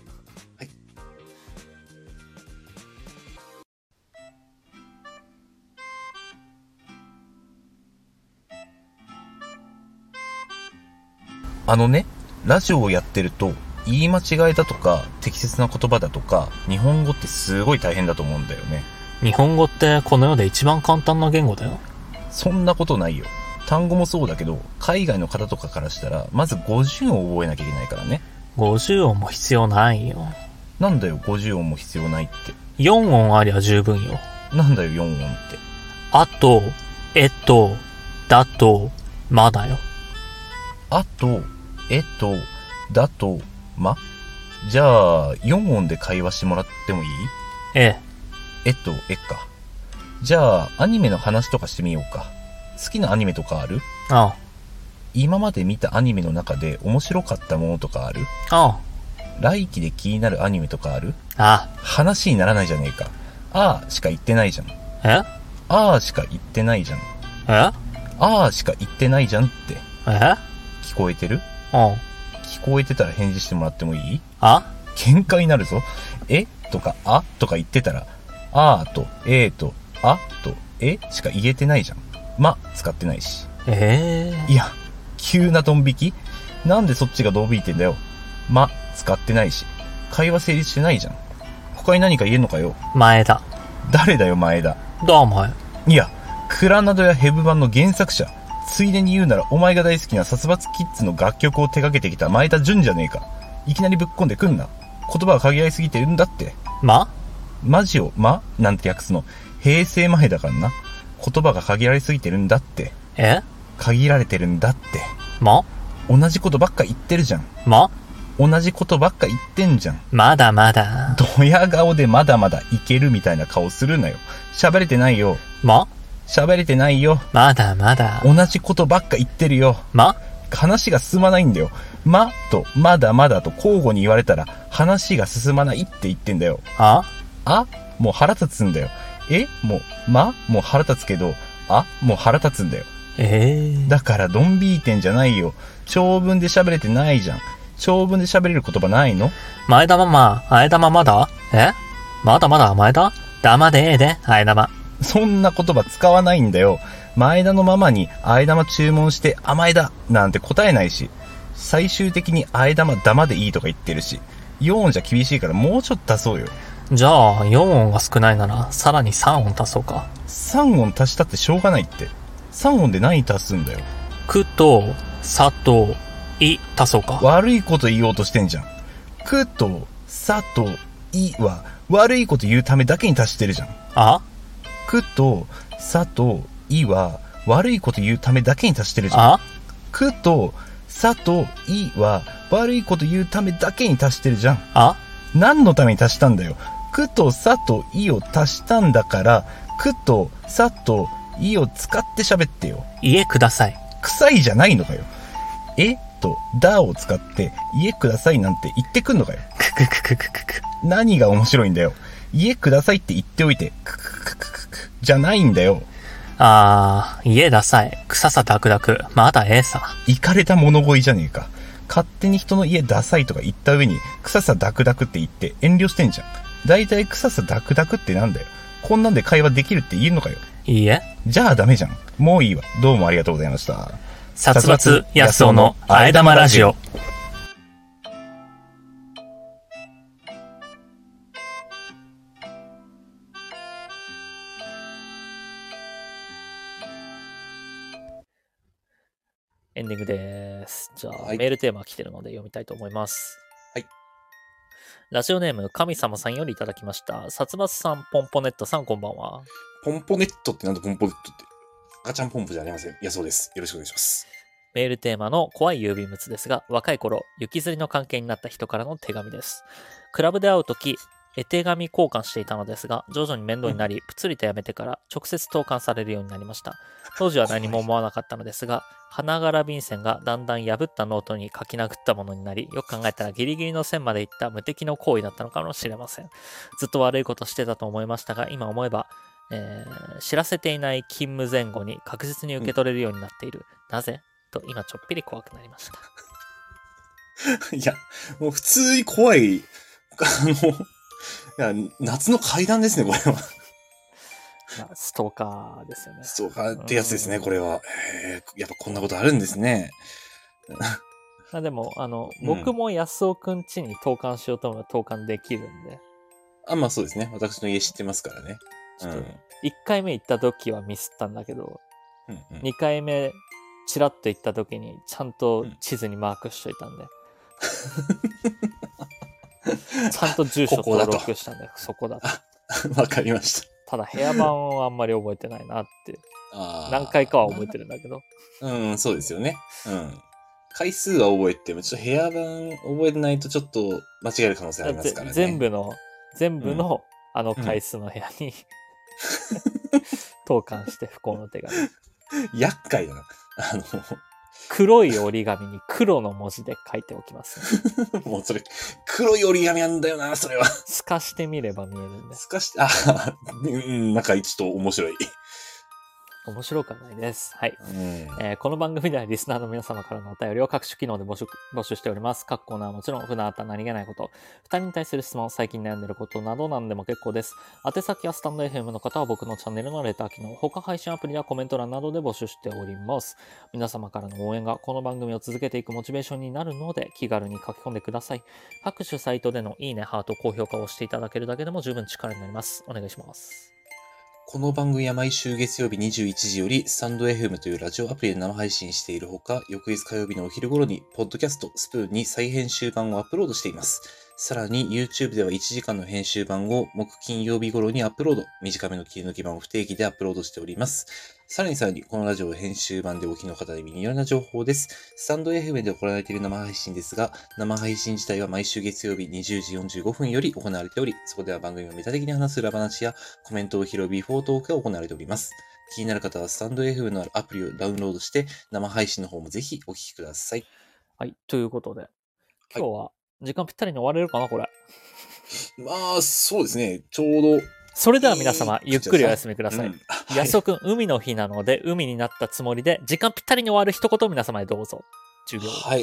ラジオをやってると、言い間違いだとか、適切な言葉だとか、日本語ってすごい大変だと思うんだよね。 日本語ってこの世で一番簡単な言語だよ。 そんなことないよ。単語もそうだけど、海外の方とかからしたら、まず50音を覚えなきゃいけないからね。 50音も必要ないよ。 なんだよ、50音も必要ないって。 4音ありゃ十分よ。 なんだよ、4音って。 あと、だと、まだよ。 あと、だと、ま？じゃあ、4音で会話してもらってもいい？ えか。じゃあ、アニメの話とかしてみようか。好きなアニメとかある？ ああ。 今まで見たアニメの中で面白かったものとかある？ ああ。 来期で気になるアニメとかある？ ああ。 話にならないじゃねえか。ああしか言ってないじゃん。 え？ ああしか言ってないじゃん。 え？ ああしか言ってないじゃんって。聞こえてる？ うん。 聞こえてたら返事してもらってもいい？喧嘩になるぞ。とかあとか言ってたら、あーととあとしか言えてないじゃん。使ってないし。いや、急なドン引き？なんでそっちがドン引いてんだよ。使ってないし。会話成立してないじゃん。他に何か言えんのかよ。 前田。 誰だよ、前田。 お前。 いや、クラナドやヘブ版の原作者。ついでに言うなら、お前が大好きな殺伐キッズの楽曲を手掛けてきた前田純じゃねえか。いきなりぶっこんでくんな。言葉が限られすぎてるんだって。マジをなんて訳すの。平成前だからな。言葉が限られすぎてるんだって。限られてるんだって。同じことばっか言ってるじゃん。同じことばっか言ってんじゃん。 まだまだ。 ドヤ顔でまだまだいけるみたいな顔するなよ。喋れてないよ。喋れてないよ。 まだまだ。 同じことばっか言ってるよ。話が進まないんだよ。とまだまだと交互に言われたら話が進まないって言ってんだよ。もう腹立つんだよ。もう腹立つけど、もう腹立つんだよ。だからドンビーてんじゃないよ。長文で喋れてないじゃん。長文で喋れる言葉ないの？ 前田ママ、あえだままだ？まだまだ前田？黙でええで、あえだま。 そんな言葉使わないんだよ。前田のママにあえ玉注文して甘えだなんて答えないし、最終的にあえ玉ダマでいいとか言ってるし、4音じゃ厳しいからもうちょっと足そうよ。 じゃあ4音が少ないならさらに3音足そうか。 3音足したってしょうがないって。3音で何足すんだよ。 くとさとい足そうか。 悪いこと言おうとしてんじゃん。くとさといは悪いこと言うためだけに足してるじゃん。くとさといは悪いこと言うためだけに足してるじゃん。くとさといは悪いこと言うためだけに足してるじゃん。何のために足したんだよ。くとさといを足したんだから、くとさといを使って喋ってよ。家ください。臭いじゃないのかよ。とだを使って家くださいなんて言ってくんのかよ。何が面白いんだよ。家くださいって言っておいてじゃないんだよ。家ダサい。臭さダクダク。まだええさ。イカれた物乞いじゃねえか。勝手に人の家ダサいとか言った上に臭さダクダクって言って遠慮してんじゃん。だいたい臭さダクダクってなんだよ。こんなんで会話できるって言えんのかよ。いいえ。じゃあダメじゃん。もういいわ。どうもありがとうございました。殺伐安男のあえ玉ラジオ。エンディングです。じゃあ、メールテーマ来てるので読みたいと思います。はい。 ラジオネーム、神様さんよりいただきました。殺伐さん、ポンポネットさん、こんばんは。 ポンポネットってなんだポンポネットって。赤ちゃんポンプじゃありません。いや、そうです。よろしくお願いします。 メールテーマの怖い郵便物ですが、若い頃、雪吊りの関係になった人からの手紙です。クラブで会うとき、絵手紙交換していたのですが、徐々に面倒になり、プツリとやめてから直接投函されるようになりました。当時は何も思わなかったのですが、花柄便箋がだんだん破ったノートに書き殴ったものになり、よく考えたらギリギリの線まで行った無敵の行為だったのかもしれません。ずっと悪いことしてたと思いましたが、今思えば、知らせていない勤務前後に確実に受け取れるようになっている。なぜと今ちょっぴり怖くなりました。 いや、もう普通に怖い、いや、夏の階段ですね、これは。 まあ、ストーカーですよね。 ストーカーってやつですね、これは。やっぱこんなことあるんですね。 まあでも、僕も安尾くん家に投函しようと思えば投函できるんで。 まあそうですね。私の家知ってますからね。 ちょっと、1回目行った時はミスったんだけど、2回目、チラッと行った時に、ちゃんと地図にマークしといたんで。ちゃんと住所登録したんで、そこだと。 わかりました。 ただ部屋番はあんまり覚えてないなって。何回かは覚えてるんだけど。 そうですよね。回数は覚えても、ちょっと部屋番覚えてないとちょっと間違える可能性ありますからね。 全部の回数の部屋に投函して不幸の手紙。 厄介だな。 黒い折り紙に黒の文字で書いておきます、 ね。もうそれ、黒い折り紙なんだよな、それは。 透かしてみれば見えるんで。 透かして、なんかちょっと面白い。 面白くはないです。はい、この番組ではリスナーの皆様からのお便りを各種機能で募集しております。各コーナーはもちろん普段あった何気ないこと、2人に対する質問、最近悩んでることなど何でも結構です。宛先やスタンド FM の方は僕のチャンネルのレター機能、他配信アプリやコメント欄などで募集しております。皆様からの応援がこの番組を続けていくモチベーションになるので気軽に書き込んでください。各種サイトでのいいね、ハート、高評価をしていただけるだけでも十分力になります。お願いします。 この番組は毎週月曜日21時よりスタンド FM というラジオアプリで生配信しているほか、翌日火曜日のお昼頃にポッドキャストスプーンに再編集版をアップロードしています。さらに YouTube では1時間の編集版を木金曜日頃にアップロード、短めの切り抜き版を不定期でアップロードしております。さらにこのラジオ編集版でお聞きの方にミニな情報です。スタンド FM で行われている生配信ですが、生配信自体は毎週月曜日20時45分より行われており、そこでは番組をメタ的に話す裏話やコメントを拾うビフォートークが行われております。気になる方はスタンド FM のアプリをダウンロードして生配信の方もぜひお聞きください。 はい、ということで、今日は時間ぴったりに終われるかな、これ。 まあ、そうですね。ちょうど。 それでは皆様、ゆっくりお休みください。安尾くん、海の日なので、海になったつもりで、時間ぴったりに終わる一言を皆様へどうぞ。10秒。 はい。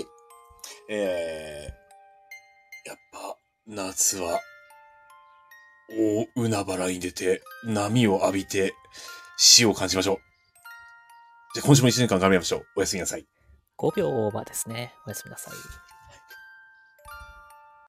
やっぱ、夏は、大海原に出て、波を浴びて、死を感じましょう。じゃあ今週も1年間頑張りましょう。おやすみなさい。 5秒オーバーですね。おやすみなさい。